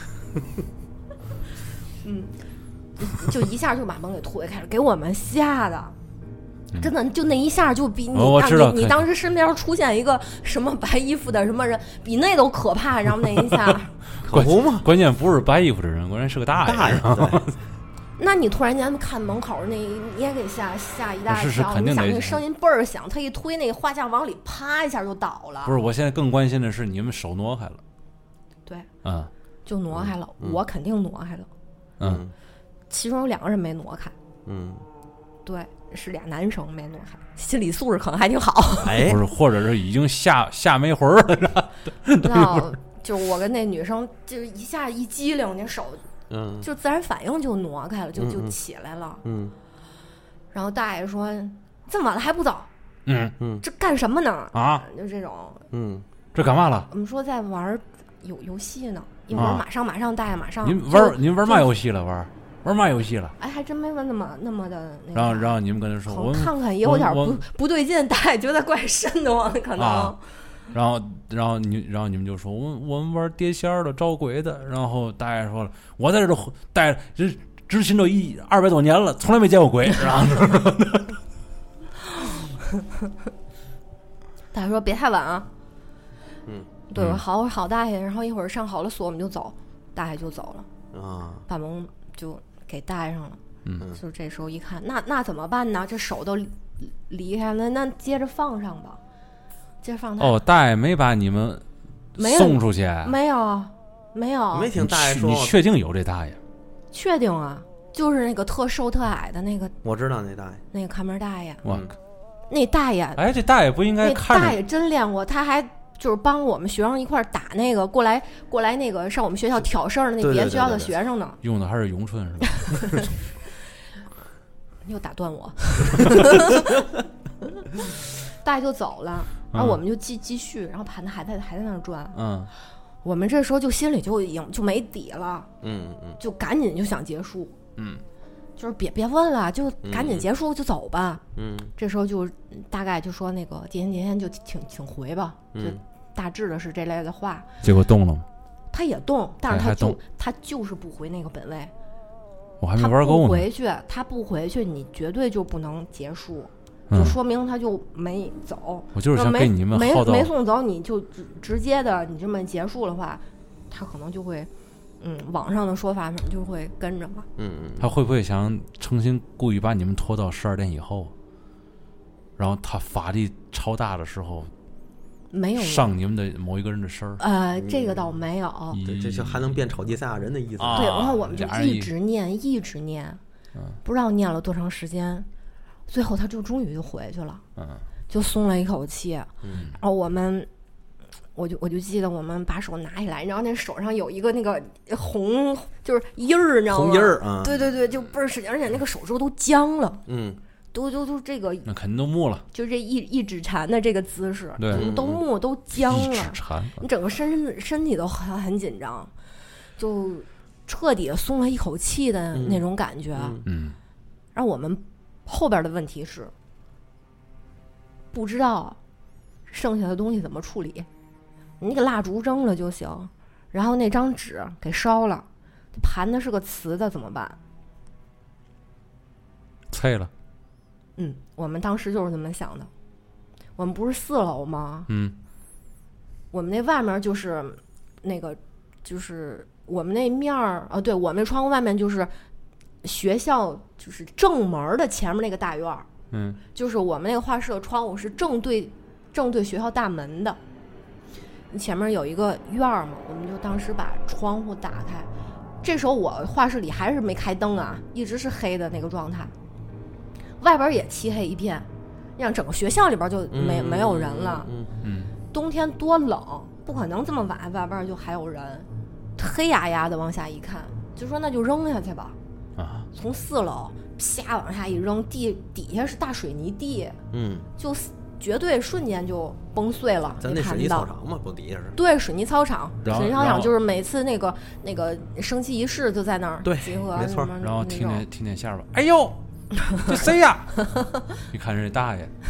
嗯，就一下就把门给推开了，给我们吓的。真的，就那一下就比你、 哦、 当你你当时身边出现一个什么白衣服的什么人，比那都可怕。然后那一下， 可不嘛， 关键不是白衣服的人，关键是个大爷。 大爷， 那你突然间看门口那，你也给吓吓一大跳。 是是肯定的。 你想那声音倍儿响，他一推那个画架往里，啪一下就倒了。 不是，我现在更关心的是你们手挪开了。 对， 嗯， 就挪开了， 嗯、 我肯定挪开了。 嗯， 其中有两个人没挪开。 嗯， 对。是俩男生没挪开，心理素质可能还挺好。 哎，不是，或者是已经吓吓没魂了，是吧？ 那就我跟那女生就一下一激灵，那手嗯， 就自然反应就挪开了，就就起来了。 嗯， 然后大爷说：“这么晚了还不走？ 嗯嗯， 这干什么呢？ 啊， 就这种。 嗯， 这干嘛了？ 我们说在玩游游戏呢，一会儿马上马上大爷马上。 您玩您玩嘛游戏了？玩？”玩嘛游戏了？ 哎，还真没问那么那么的、那个。 然后，然后你们跟他说，我看看也有点不不对劲，大爷觉得怪瘆得慌，可能。 啊、然后，然后你，然后你们就说，我我们玩碟仙的、招鬼的。然后大爷说了，我在这都待执执勤都一二百多年了，从来没见过鬼。然后， 大爷说别太晚啊。 嗯， 对，好好大爷。然后一会儿上好了锁，我们就走。大爷就走了啊， 把门就给带上了。 嗯， 就这时候一看，那那怎么办呢？这手都离开了，那接着放上吧，接着放他。 哦，大爷没把你们送出去？ 没有，没有， 没听大爷说。 你确定有这大爷？ 确定啊，就是那个特瘦特矮的那个。 我知道那大爷， 那个看门大爷。 我、 嗯、 那大爷， 哎，这大爷不应该看着。 那大爷真练过，他还。就是帮我们学生一块打那个过来过来那个上我们学校挑事儿的那别的学校的学生呢， 用的还是咏春是吧？ 你又打断我，大爷就走了，然后我们就继继续，然后盘子还在还在那儿转， 嗯， 我们这时候就心里就已经就没底了， 嗯嗯， 就赶紧就想结束， 嗯， 就是别别问了，就赶紧结束就走吧。 嗯， 这时候就大概就说那个今天今天就请请回吧，就大致的是这类的话。 结果动了吗？ 他也动，但是他就他就是不回那个本位。 我还没玩够呢。 他不回去，他不回去，你绝对就不能结束，就说明他就没走。 我就是想给你们没没送走，你就直直接的你这么结束的话，他可能就会。嗯，网上的说法就会跟着嘛。 嗯嗯， 他会不会想诚心故意把你们拖到十二点以后，然后他法力超大的时候， 没有上你们的某一个人的身儿？ 呃，这个倒没有。 对，这就还能变超级赛亚人的意思。 啊、 对，然后我们就一直念，一直念， 嗯， 不知道念了多长时间，最后他就终于就回去了， 嗯， 就松了一口气。 嗯， 然后我们。我就我就记得我们把手拿起来，然后那手上有一个那个红就是印儿，你知道吗？ 红印儿啊！ 对对对，就倍儿使劲，而且那个手指头都僵了， 嗯， 都都都这个那肯定都木了， 就这一一指禅的这个姿势， 对， 都木都僵了， 一指禅， 你整个身身体都很很紧张，就彻底松了一口气的那种感觉。 嗯， 嗯， 然后我们后边的问题是不知道剩下的东西怎么处理。你那个蜡烛扔了就行，然后那张纸给烧了，盘的是个瓷的怎么办？ 碎了。 嗯，我们当时就是这么想的。我们不是四楼吗？ 嗯， 我们那外面就是那个，就是我们那面儿啊，对我们那窗户外面就是学校，就是正门的前面那个大院儿。 嗯， 就是我们那个画室的窗户是正对正对学校大门的。前面有一个院儿嘛，我们就当时把窗户打开。这时候我画室里还是没开灯啊，一直是黑的那个状态，外边也漆黑一片，让整个学校里边就没、 嗯、 没有人了。 嗯嗯， 冬天多冷，不可能这么晚外边就还有人，黑压压的往下一看，就说那就扔下去吧。 啊， 从四楼啪往下一扔，地底下是大水泥地， 嗯， 就绝对瞬间就崩碎了。 咱那水泥操场嘛，不底下是？ 对，水泥操场，水泥操场就是每次那个那个升旗仪式就在那儿集合， 没错。 然后听见听见下边，哎呦，这谁呀？你看这大爷，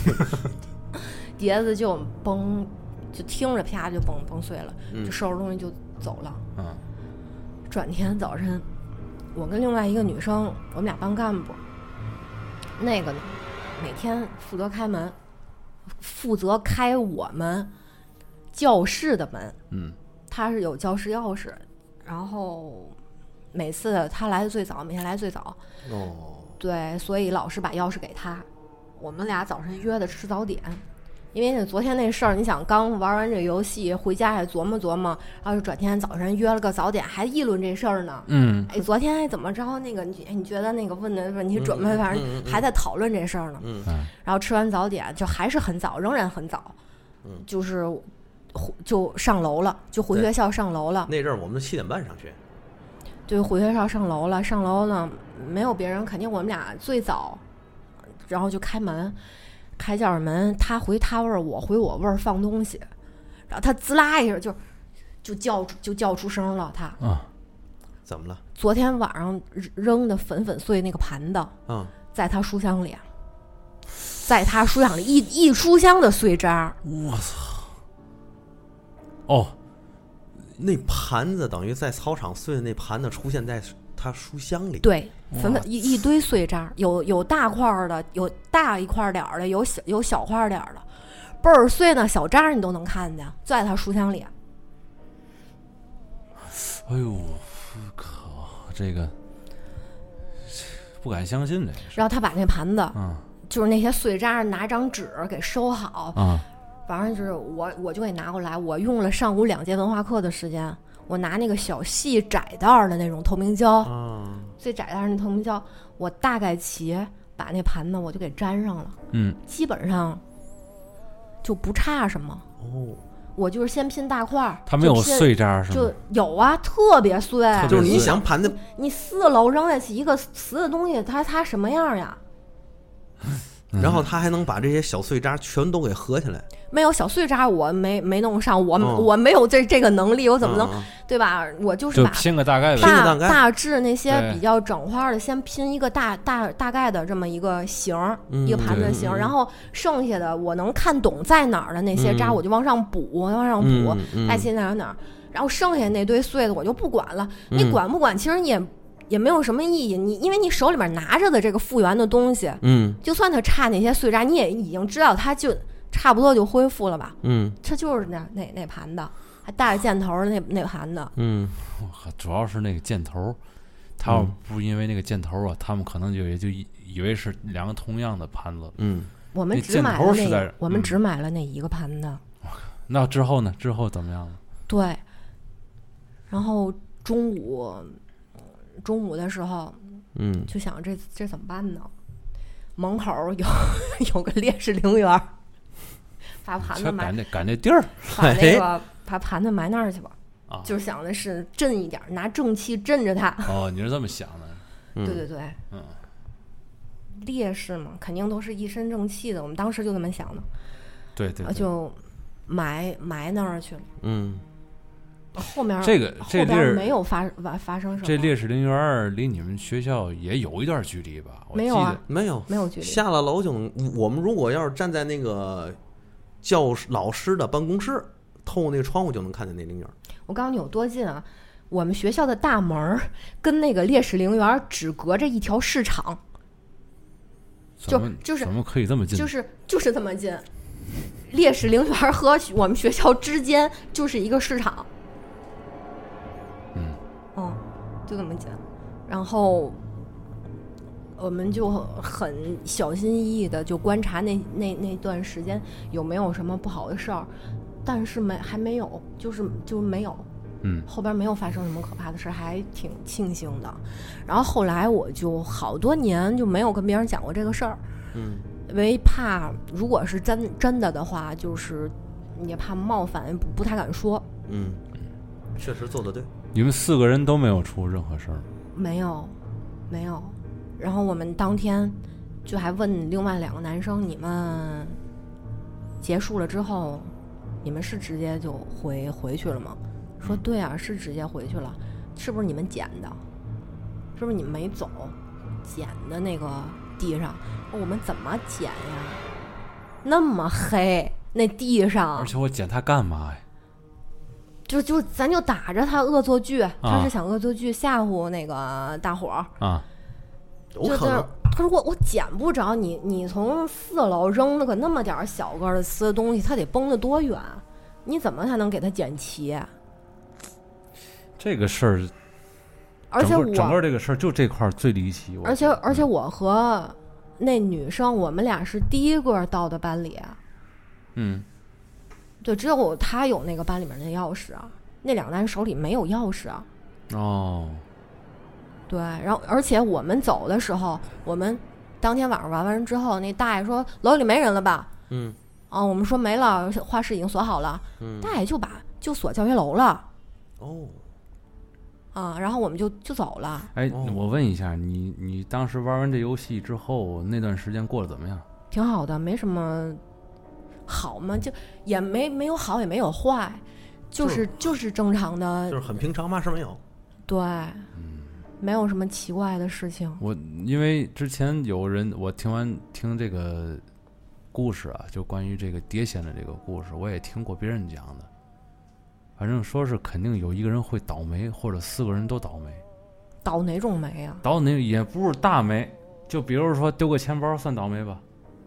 碟子就崩，就听着啪就崩崩碎了， 嗯、 就收拾东西就走了。 嗯， 转天早晨，我跟另外一个女生，我们俩当干部，那个呢，每天负责开门。负责开我们教室的门， 嗯， 他是有教室钥匙，然后每次他来的最早，每天来的最早， 哦， 对，所以老师把钥匙给他。我们俩早晨约的吃早点，因为那昨天那事儿，你想刚玩完这游戏回家还琢磨琢磨，然后转天早晨约了个早点，还议论这事儿呢。 嗯， 哎，昨天怎么着？那个你你觉得那个问的问题准备，反正还在讨论这事儿呢。 嗯， 然后吃完早点就还是很早，仍然很早， 嗯， 就是就上楼了，就回学校上楼了。 那阵儿我们七点半上学， 对，回学校上楼了。上楼呢，没有别人，肯定我们俩最早，然后就开门。开教室门，他回他味儿，我回我味儿，放东西，然后他滋啦一声就就叫就叫出声了。他啊， 怎么了？ 昨天晚上扔的粉粉碎那个盘子， 嗯， 在他书箱里，在他书箱里一一书箱的碎渣。 我操！哦， 那盘子等于在操场碎的那盘子出现在他书箱里。 对。粉粉一一堆碎渣，有有大块的，有大一块点儿的，有小有小块点儿的，倍儿碎呢，小渣你都能看见，就在他书箱里。 哎呦，靠！这个不敢相信这个。 然后他把那盘子， 嗯， 就是那些碎渣，拿张纸给收好， 啊， 反正就是我我就给拿过来，我用了上午两节文化课的时间。我拿那个小细窄袋的那种透明胶， 啊， 最窄袋那透明胶，我大概齐把那盘子我就给粘上了， 嗯， 基本上就不差什么。 哦， 我就是先拼大块， 它没有碎渣是吗？ 就有啊，特别碎， 就是你想盘子， 你四楼扔下去一个瓷的东西，它它什么样呀？ 然后他还能把这些小碎渣全都给合起来。 没有小碎渣，我没没弄上，我、 哦、 我没有这这个能力，我怎么能、嗯、对吧？我就是把就拼个大概， 大大概大致那些比较整花的，先拼一个大大大概的这么一个形、嗯，一个盘子形，然后剩下的我能看懂在哪儿的那些渣，嗯、我就往上补，往上补，爱切哪儿哪儿，然后剩下那堆碎的我就不管了。 嗯、 你管不管，其实你也。也没有什么意义，你因为你手里面拿着的这个复原的东西， 嗯， 就算它差那些碎渣，你也已经知道它就差不多就恢复了吧， 嗯， 这就是那那那盘的，还带着箭头的那那盘的， 嗯， 主要是那个箭头，他要不因为那个箭头啊，他们可能就也就以为是两个同样的盘子， 嗯， 我们只买了那个，我们只买了那一个盘的。 嗯、那之后呢？之后怎么样了？ 对，然后中午。中午的时候， 嗯， 就想这这怎么办呢？门口有有个烈士陵园，把盘子埋赶那赶那地儿， 把那个把盘子埋那儿去吧。 啊， 就想的是镇一点，拿正气镇着它。 哦，你是这么想的？ 嗯、 对对对， 嗯， 烈士嘛，肯定都是一身正气的。我们当时就这么想的。 对 对, 对， 就埋埋那儿去了。 嗯。 后面这个这地儿没有发发发生什么。 这烈士陵园离你们学校也有一段距离吧？ 没有啊， 没有没有距离。 下了楼就能，我们如果要是站在那个教老师的办公室，透过那个窗户就能看见那陵园。 我告诉你有多近啊！我们学校的大门跟那个烈士陵园只隔着一条市场，就就是怎么可以这么近？ 就是就是这么近。烈士陵园和我们学校之间就是一个市场。 嗯， 哦，就这么近，然后我们就很小心翼翼的就观察那那那段时间有没有什么不好的事儿，但是没还没有，就是就没有， 嗯， 后边没有发生什么可怕的事，还挺庆幸的。然后后来我就好多年就没有跟别人讲过这个事儿， 嗯， 因为怕如果是真真的的话，就是也怕冒犯，不不太敢说。 嗯，确实做得对。 你们四个人都没有出任何事儿？ 没有，没有。然后我们当天就还问另外两个男生，你们结束了之后，你们是直接就回回去了吗？说对啊，是直接回去了。是不是你们捡的？是不是你们没走捡的那个地上？我们怎么捡呀？那么黑，那地上。 而且我捡它干嘛呀？ 就就咱就打着他恶作剧，他是想恶作剧吓唬那个大伙儿啊。 有可能他说我我捡不着你，你从四楼扔那个那么点小个的瓷的东西，它得崩得多远？你怎么才能给它捡齐？ 这个事儿， 而且我整个这个事儿就这块最离奇。 而且而且我和那女生，我们俩是第一个到的班里。 嗯。 对，只有他有那个班里面的钥匙啊，那两个男人手里没有钥匙啊。 哦， 对，然后而且我们走的时候，我们当天晚上玩完之后，那大爷说楼里没人了吧？ 嗯， 啊，我们说没了，画室已经锁好了。 嗯， 大爷就把就锁教学楼了。 哦， 啊，然后我们就就走了。 哎，我问一下，你你当时玩完这游戏之后，那段时间过得怎么样？ 挺好的，没什么。好嘛，就也没没有好也没有坏，就是就是正常的， 就是很平常嘛，是没有。 对， 嗯， 没有什么奇怪的事情。 我因为之前有人，我听完听这个故事啊，就关于这个碟仙的这个故事，我也听过别人讲的。反正说是肯定有一个人会倒霉，或者四个人都倒霉。 倒哪种霉啊？ 倒哪也不是大霉，就比如说丢个钱包算倒霉吧。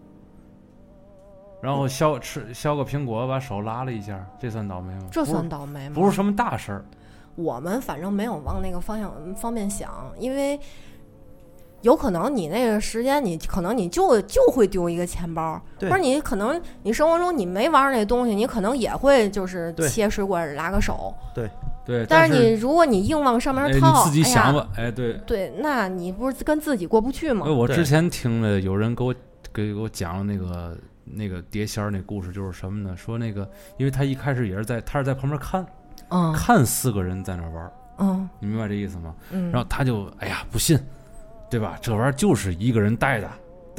然后削吃削个苹果，把手拉了一下，这算倒霉吗？ 这算倒霉吗？ 不是什么大事儿。 我们反正没有往那个方向方面想，因为有可能你那个时间，你可能你就就会丢一个钱包，或者你可能你生活中你没玩那东西，你可能也会就是切水果拉个手。 对对。 但是你如果你硬往上面套， 哎、你自己想吧，哎, 哎对对，那你不是跟自己过不去吗？ 我之前听了有人给我给我讲了那个。那个碟仙儿那故事就是什么呢？说那个，因为他一开始也是在，他是在旁边看， 嗯， 看四个人在那玩， 嗯， 你明白这意思吗？ 嗯， 然后他就哎呀不信，对吧？这玩意儿就是一个人带的，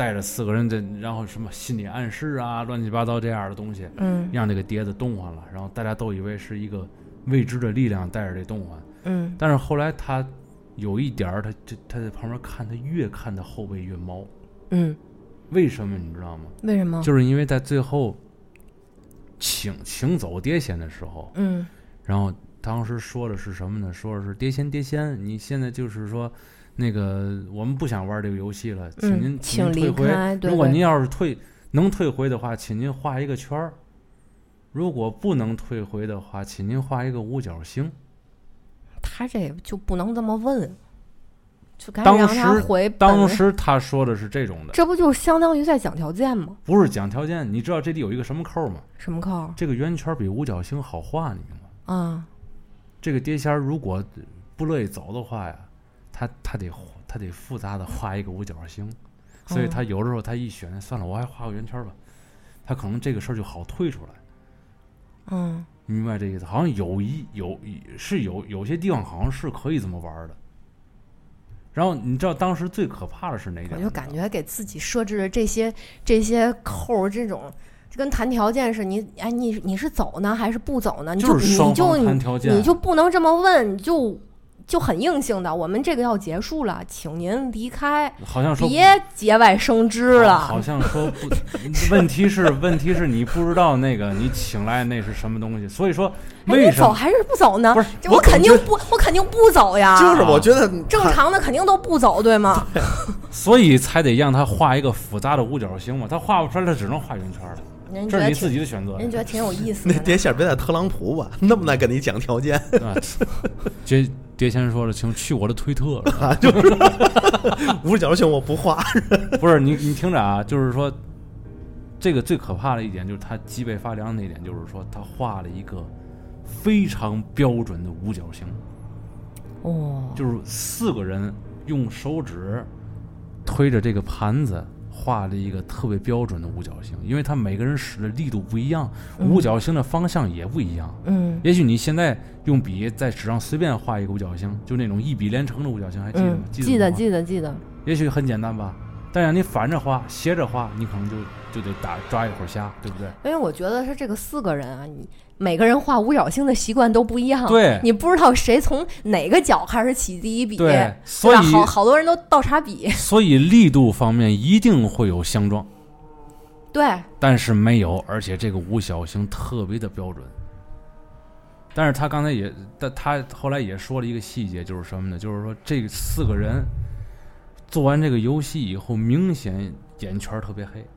带着四个人的，然后什么心理暗示啊，乱七八糟这样的东西， 嗯， 让这个碟子动换了，然后大家都以为是一个未知的力量带着这动换， 嗯， 但是后来他有一点儿，他这他在旁边看，他越看他后背越毛， 嗯， 为什么你知道吗？ 为什么？ 就是因为在最后请请走碟仙的时候， 嗯， 然后当时说的是什么呢？说的是碟仙碟仙，你现在就是说那个我们不想玩这个游戏了，请您、 嗯、 请您退回。 对对， 如果您要是退能退回的话，请您画一个圈儿；如果不能退回的话，请您画一个五角星。 他这就不能这么问，就该让他回本。 当时他说的是这种的， 这不就相当于在讲条件吗？ 不是讲条件，你知道这里有一个什么扣吗？ 什么扣？ 这个圆圈比五角星好画，你明白吗？ 啊， 这个碟仙如果不乐意走的话呀，他他得他得复杂的画一个五角星，所以他有的时候他一选，算了，我还画个圆圈吧，他可能这个事儿就好退出来。 嗯。 明白这意思？好像有一有是有有些地方好像是可以这么玩的。然后你知道当时最可怕的是哪点？ 我就感觉给自己设置的这些这些扣，这种就跟谈条件是你哎你你是走呢还是不走呢？你就就是你就谈条件， 你就不能这么问，你就就很硬性的，我们这个要结束了，请您离开， 好像说别节外生枝了。 好, 好像说不，问题是问题是你不知道那个你请来那是什么东西，所以说为什么、 哎、你走还是不走呢？ 不是， 我肯定不，我肯定不走呀。 就是我觉得正常的肯定都不走，对吗？ 对所以才得让他画一个复杂的五角星嘛，他画不出来，他只能画圆圈了。这是你自己的选择。 人觉得挺有意思的。 那碟仙别在特朗普吧，那么来跟你讲条件。 这碟仙说了，请去我的推特。 啊、就是五角星我不画。 不是你，你听着啊，就是说，这个最可怕的一点就是他脊背发凉那一点，就是说他画了一个非常标准的五角星。 哦， 就是四个人用手指推着这个盘子。画了一个特别标准的五角星，因为他每个人使的力度不一样， 嗯、 五角星的方向也不一样。 嗯， 也许你现在用笔在纸上随便画一个五角星，就那种一笔连成的五角星，还记得吗？ 嗯、记得记得记得。 也许很简单吧，但是你反着画、斜着画，你可能就就得打抓一会儿瞎，对不对？ 因为我觉得是这个四个人啊，你每个人画五角星的习惯都不一样， 对， 你不知道谁从哪个角开始起第一笔， 对，所以好好多人都倒插笔， 所以力度方面一定会有相撞。 对， 但是没有，而且这个五角星特别的标准。但是他刚才也，但他后来也说了一个细节，就是什么呢？就是说这四个人做完这个游戏以后，明显眼圈特别黑，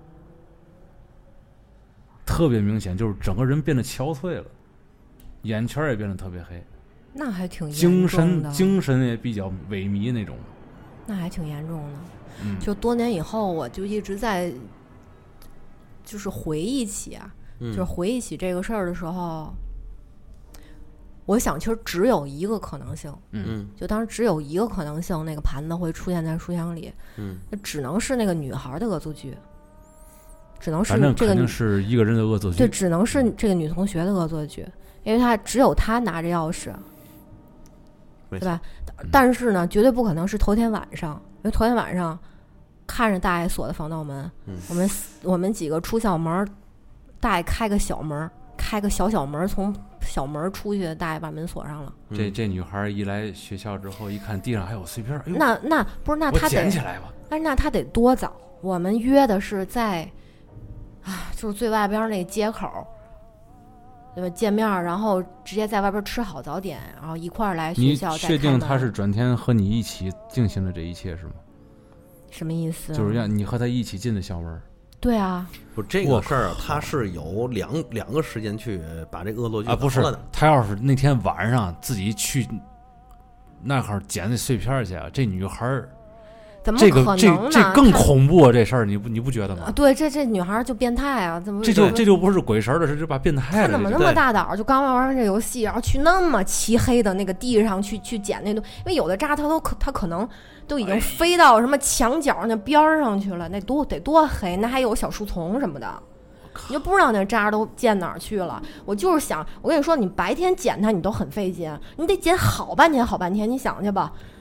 特别明显，就是整个人变得憔悴了，眼圈也变得特别黑。 那还挺严重的，精神精神也比较萎靡那种。 那还挺严重的。 嗯， 就多年以后，我就一直在。就是回忆起啊， 嗯、 就是回忆起这个事儿的时候，我想其实只有一个可能性， 嗯， 就当时只有一个可能性，那个盘子会出现在书箱里， 嗯， 那只能是那个女孩的恶作剧，只能是这个，肯定是一个人的恶作剧， 对，只能是这个女同学的恶作剧，因为她只有她拿着钥匙，对吧？ 嗯、 但是呢，绝对不可能是头天晚上，因为头天晚上。看着大爷锁的防盗门， 嗯、 我们我们几个出校门，大爷开个小门，开个小小门，从小门出去，大爷把门锁上了。 这这女孩一来学校之后，一看地上还有碎片，哎呦， 那那不是那他得捡起来吧？ 但是那他得多早？我们约的是在啊，就是最外边那个街口，对吧？见面，然后直接在外边吃好早点，然后一块儿来学校。 你确定他是转天和你一起进行了这一切是吗？ 什么意思、啊？ 就是让你和他一起进的校门。 对啊， 不这个事儿，他是有两两个时间去把这恶作剧啊，不是他要是那天晚上自己去那块儿捡那碎片去啊，这女孩儿怎么可能呢？ 这个这这更恐怖啊！这事儿你不你不觉得吗？ 啊、对，这这女孩就变态啊！怎么这就这就不是鬼神的事，就把变态了。 他怎么那么大胆？就刚玩完这游戏，然后去那么漆黑的那个地上去去捡那东，因为有的渣他都可他可能都已经飞到什么墙角那边上去了，那多得多黑，那还有小树丛什么的，你就不知道那渣都溅哪儿去了。我就是想，我跟你说，你白天捡它你都很费劲，你得捡好半天好半天，你想去吧。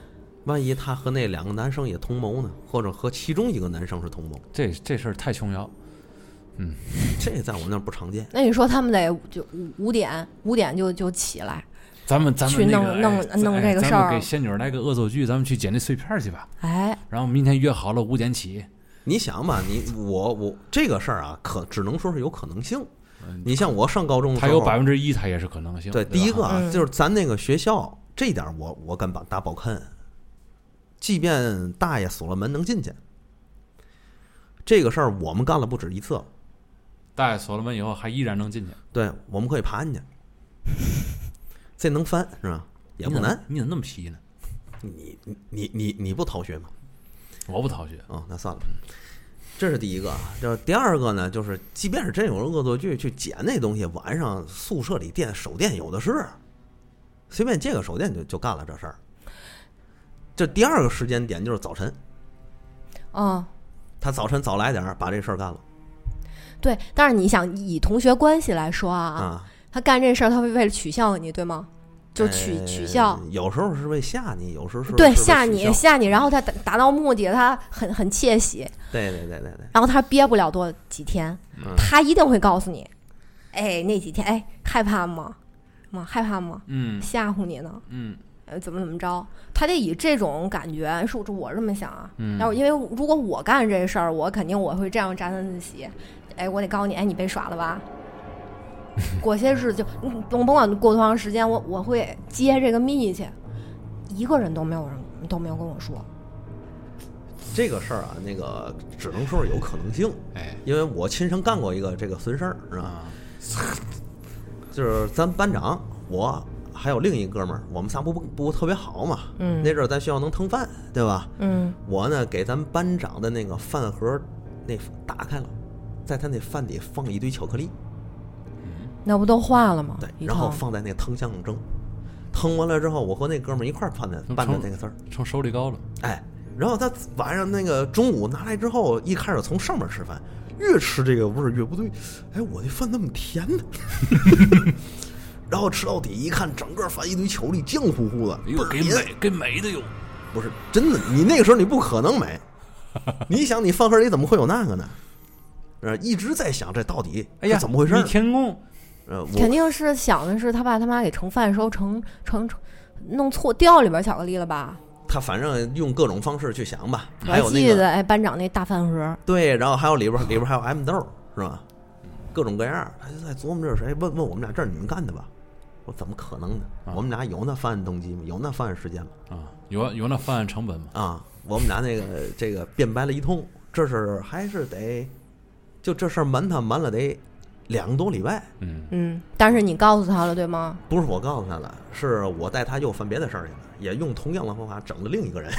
万一他和那两个男生也同谋呢，或者和其中一个男生是同谋， 这这事儿太琼瑶。嗯， 这在我们那儿不常见。 那你说他们得就五五点五点就就起来， 咱们咱们去那个弄弄哎弄这个事儿， 咱们给仙女来个恶作剧，咱们去捡那碎片去吧。 哎， 然后明天约好了五点起。 你想吧，你我我这个事儿啊，可只能说是有可能性。 嗯你像我上高中的时候， 它有百分之一，它也是可能性。 对， 对第一个啊， 嗯就是咱那个学校这一点我我敢打打保肯，即便大爷锁了门能进去，这个事儿我们干了不止一次。 大爷锁了门以后还依然能进去。 对，我们可以爬进去，这能翻是吧？也不难。 你怎么那么皮呢？ 你你你你你不逃学吗？ 我不逃学。 哦，那算了。这是第一个，就是第二个呢，就是即便是真有人恶作剧去捡那东西，晚上宿舍里店手电有的是，随便借个手电就就干了这事儿。这第二个时间点就是早晨， 嗯， 他早晨早来点儿把这事儿干了对。但是你想以同学关系来说啊， 啊。 他干这事儿他会为了取笑你，对吗？就取、 呃取笑， 有时候是为吓你，有时候是对， 是为吓取笑你吓你，然后他达达到目的，他很很窃喜， 对对对对对， 然后他憋不了多几天， 嗯他一定会告诉你，哎，那几天哎害怕吗？吗害怕吗？ 嗯吓唬你呢？ 嗯呃，怎么怎么着？他得以这种感觉，是我这么想啊。 嗯然后因为如果我干这事儿，我肯定我会这样沾沾自喜。哎，我得告诉你，哎，你被耍了吧？过些日子就，嗯甭甭管过多长时间，我我会接这个密去，一个人都没有人都没有跟我说。 这个事儿啊，那个只能说是有可能性， 哎， 因为我亲身干过一个这个损事儿，是吧？ 啊， 就是咱班长，我还有另一哥们儿，我们仨不不不特别好嘛。 嗯那阵儿咱学校能腾饭，对吧？ 嗯我呢给咱班长的那个饭盒那打开了，在他那饭底放一堆巧克力， 那不都化了吗？ 对， 一然后套放在那个腾箱上蒸，腾完了之后，我和那哥们儿一块儿拌的拌的那个丝儿， 成手里高了。 哎，然后他晚上那个中午拿来之后，一开始从上面吃饭，越吃这个味儿越不对，哎，我这饭那么甜呢？然后吃到底一看，整个饭一堆巧克力，浆糊糊的， 哟，给甜美给美的哟。 不是真的，你那个时候你不可能美，你想你饭盒里怎么会有那个呢？呃，一直在想这到底哎呀， 是怎么回事？ 逆天宫， 呃，我肯定是想的是他爸他妈给盛饭的时候盛盛盛弄错掉里边巧克力了吧？ 他反正用各种方式去想吧， 我还还有那个记得哎，班长那大饭盒， 对，然后还有里边里边还有 M 豆是吧？各种各样，他就在琢磨这是谁？问问我们俩这是你们干的吧？我怎么可能呢？ 啊我们俩有那犯案动机吗？有那犯案时间吗？ 啊，有有那犯案成本吗？ 啊，我们俩那个这个辩白了一通，这事还是得，就这事儿瞒他瞒了得两个多礼拜。 嗯嗯，但是你告诉他了对吗？ 不是我告诉他了，是我带他又犯别的事儿去了，也用同样的方法整了另一个人。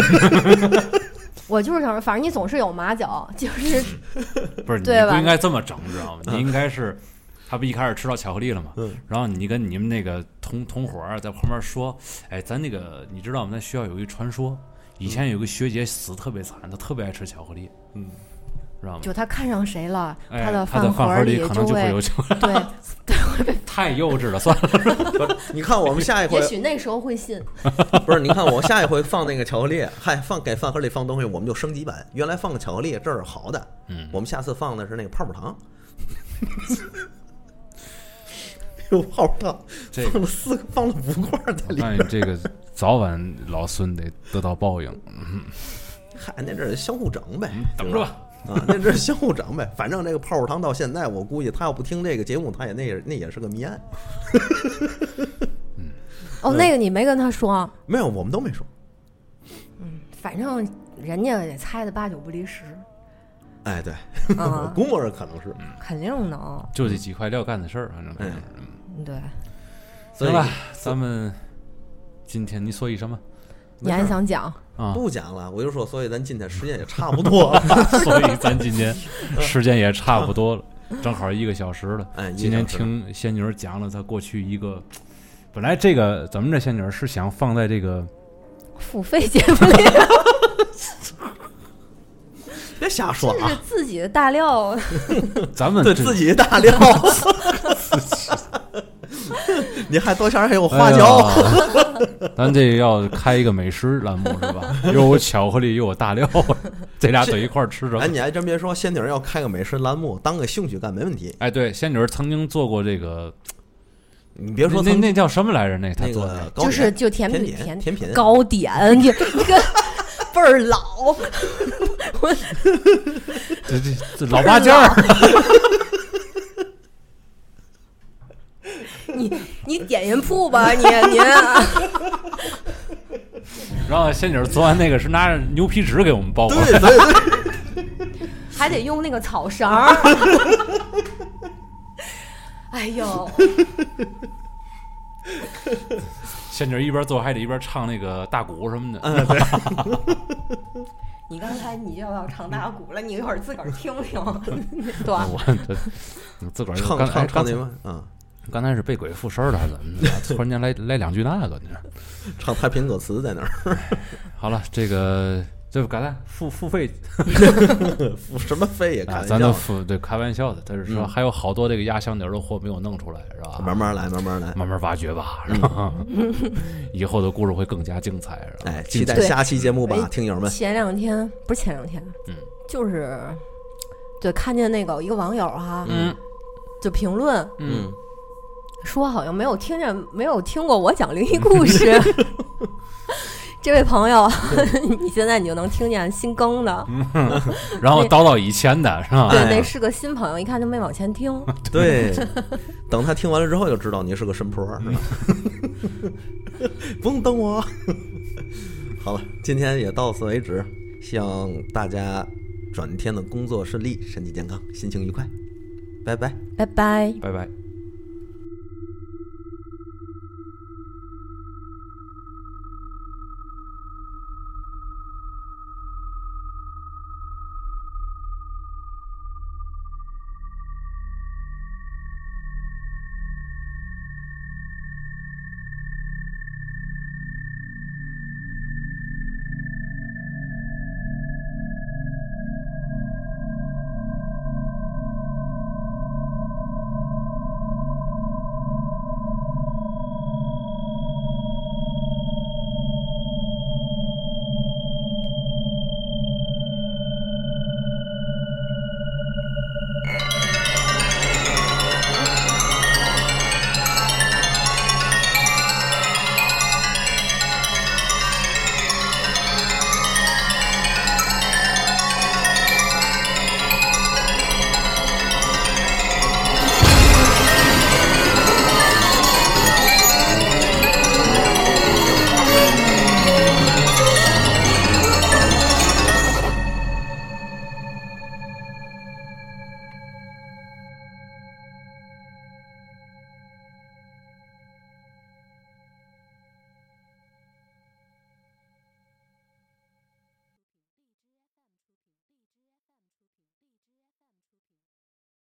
我就是想说，反正你总是有马脚，就是不是，你对吧不应该这么整，知道吗？你应该是，他不一开始吃到巧克力了吗？ 嗯， 然后你跟你们那个同同伙儿在旁边说，哎，咱那个你知道吗？咱学校有一传说，以前有个学姐死特别惨，她特别爱吃巧克力， 嗯， 知道吗？ 就他看上谁了， 哎， 他的他的饭盒里可能就会有巧克力。 对对， 太幼稚了，算了。 你看我们下一回也许那时候会信。 不是，你看我下一回放那个巧克力，嗨，放给饭盒里放东西，我们就升级版。原来放个巧克力，这是好的， 嗯， 我们下次放的是那个泡泡糖。有泡泡糖， 这放了四个，放了五块在里边。 那这个早晚老孙得得到报应。嗯， 嗨，那这是相互整呗， 等着吧。 啊，那这是相互整呗。反正这个泡泡糖到现在，我估计他要不听这个节目，他也那也那也是个谜案。 哦，那个你没跟他说？ 没有，我们都没说。 嗯，反正人家也猜的八九不离十。 哎，对， 啊我估摸着可能是。 肯定的啊。 就这几块料干的事儿，反正可能是。 嗯，对。 行吧，咱们今天你说一什么？ 你还想讲？ 啊， 不讲了，我就说，所以咱今天时间也差不多了， 所以咱今天时间也差不多了，正好一个小时了。 哎， 今天听仙女讲了她过去一个，本来这个咱们这仙女是想放在这个付费节目里， 别瞎说啊， 这是自己的大料， 咱们对自己的大料。 你还多想还有花椒、 哎。咱这要开一个美食栏目是吧？又有巧克力又有大料，这俩搁一块吃着。 哎，你还真别说，仙女要开个美食栏目，当个兴趣干没问题。 哎，对，仙女曾经做过这个。 你别说那那叫什么来着？那他做的就是就甜品甜甜品糕点，你这个倍儿老， 这这这老八件儿。 你你点人铺吧，你你。 然后仙女做完那个是拿着牛皮纸给我们包过来， 对对对， 还得用那个草绳。哎呦！ 仙女一边做还得一边唱那个大鼓什么的。 嗯，对。 你刚才你就要唱大鼓了，你一会儿自个儿听听，对吧？ 我自个儿唱唱唱那个，嗯， 刚才是被鬼附身了还是怎么的？突然间来来两句那个，你唱太平歌词在那儿。 好了，这个。这刚才付付费， 付什么费也开玩笑， 咱都付对开玩笑的。但是说还有好多这个压箱底儿的货没有弄出来，是吧？ 慢慢来，慢慢来， 慢慢挖掘吧，是吧？以后的故事会更加精彩，是吧？ 哎，期待下期节目吧，听友们。 前两天不是前两天， 嗯， 就是对看见那个一个网友哈， 嗯， 就评论， 嗯， 说好像没有听见，没有听过我讲灵异故事。这位朋友，你现在你就能听见新更的， 嗯、然后叨叨以前的是吧？ 对，那是个新朋友，一看就没往前听。 对，等他听完了之后就知道你是个神婆，是吧？不用等我。好了，今天也到此为止，希望大家转天的工作顺利，身体健康，心情愉快，拜拜， 拜拜， 拜拜。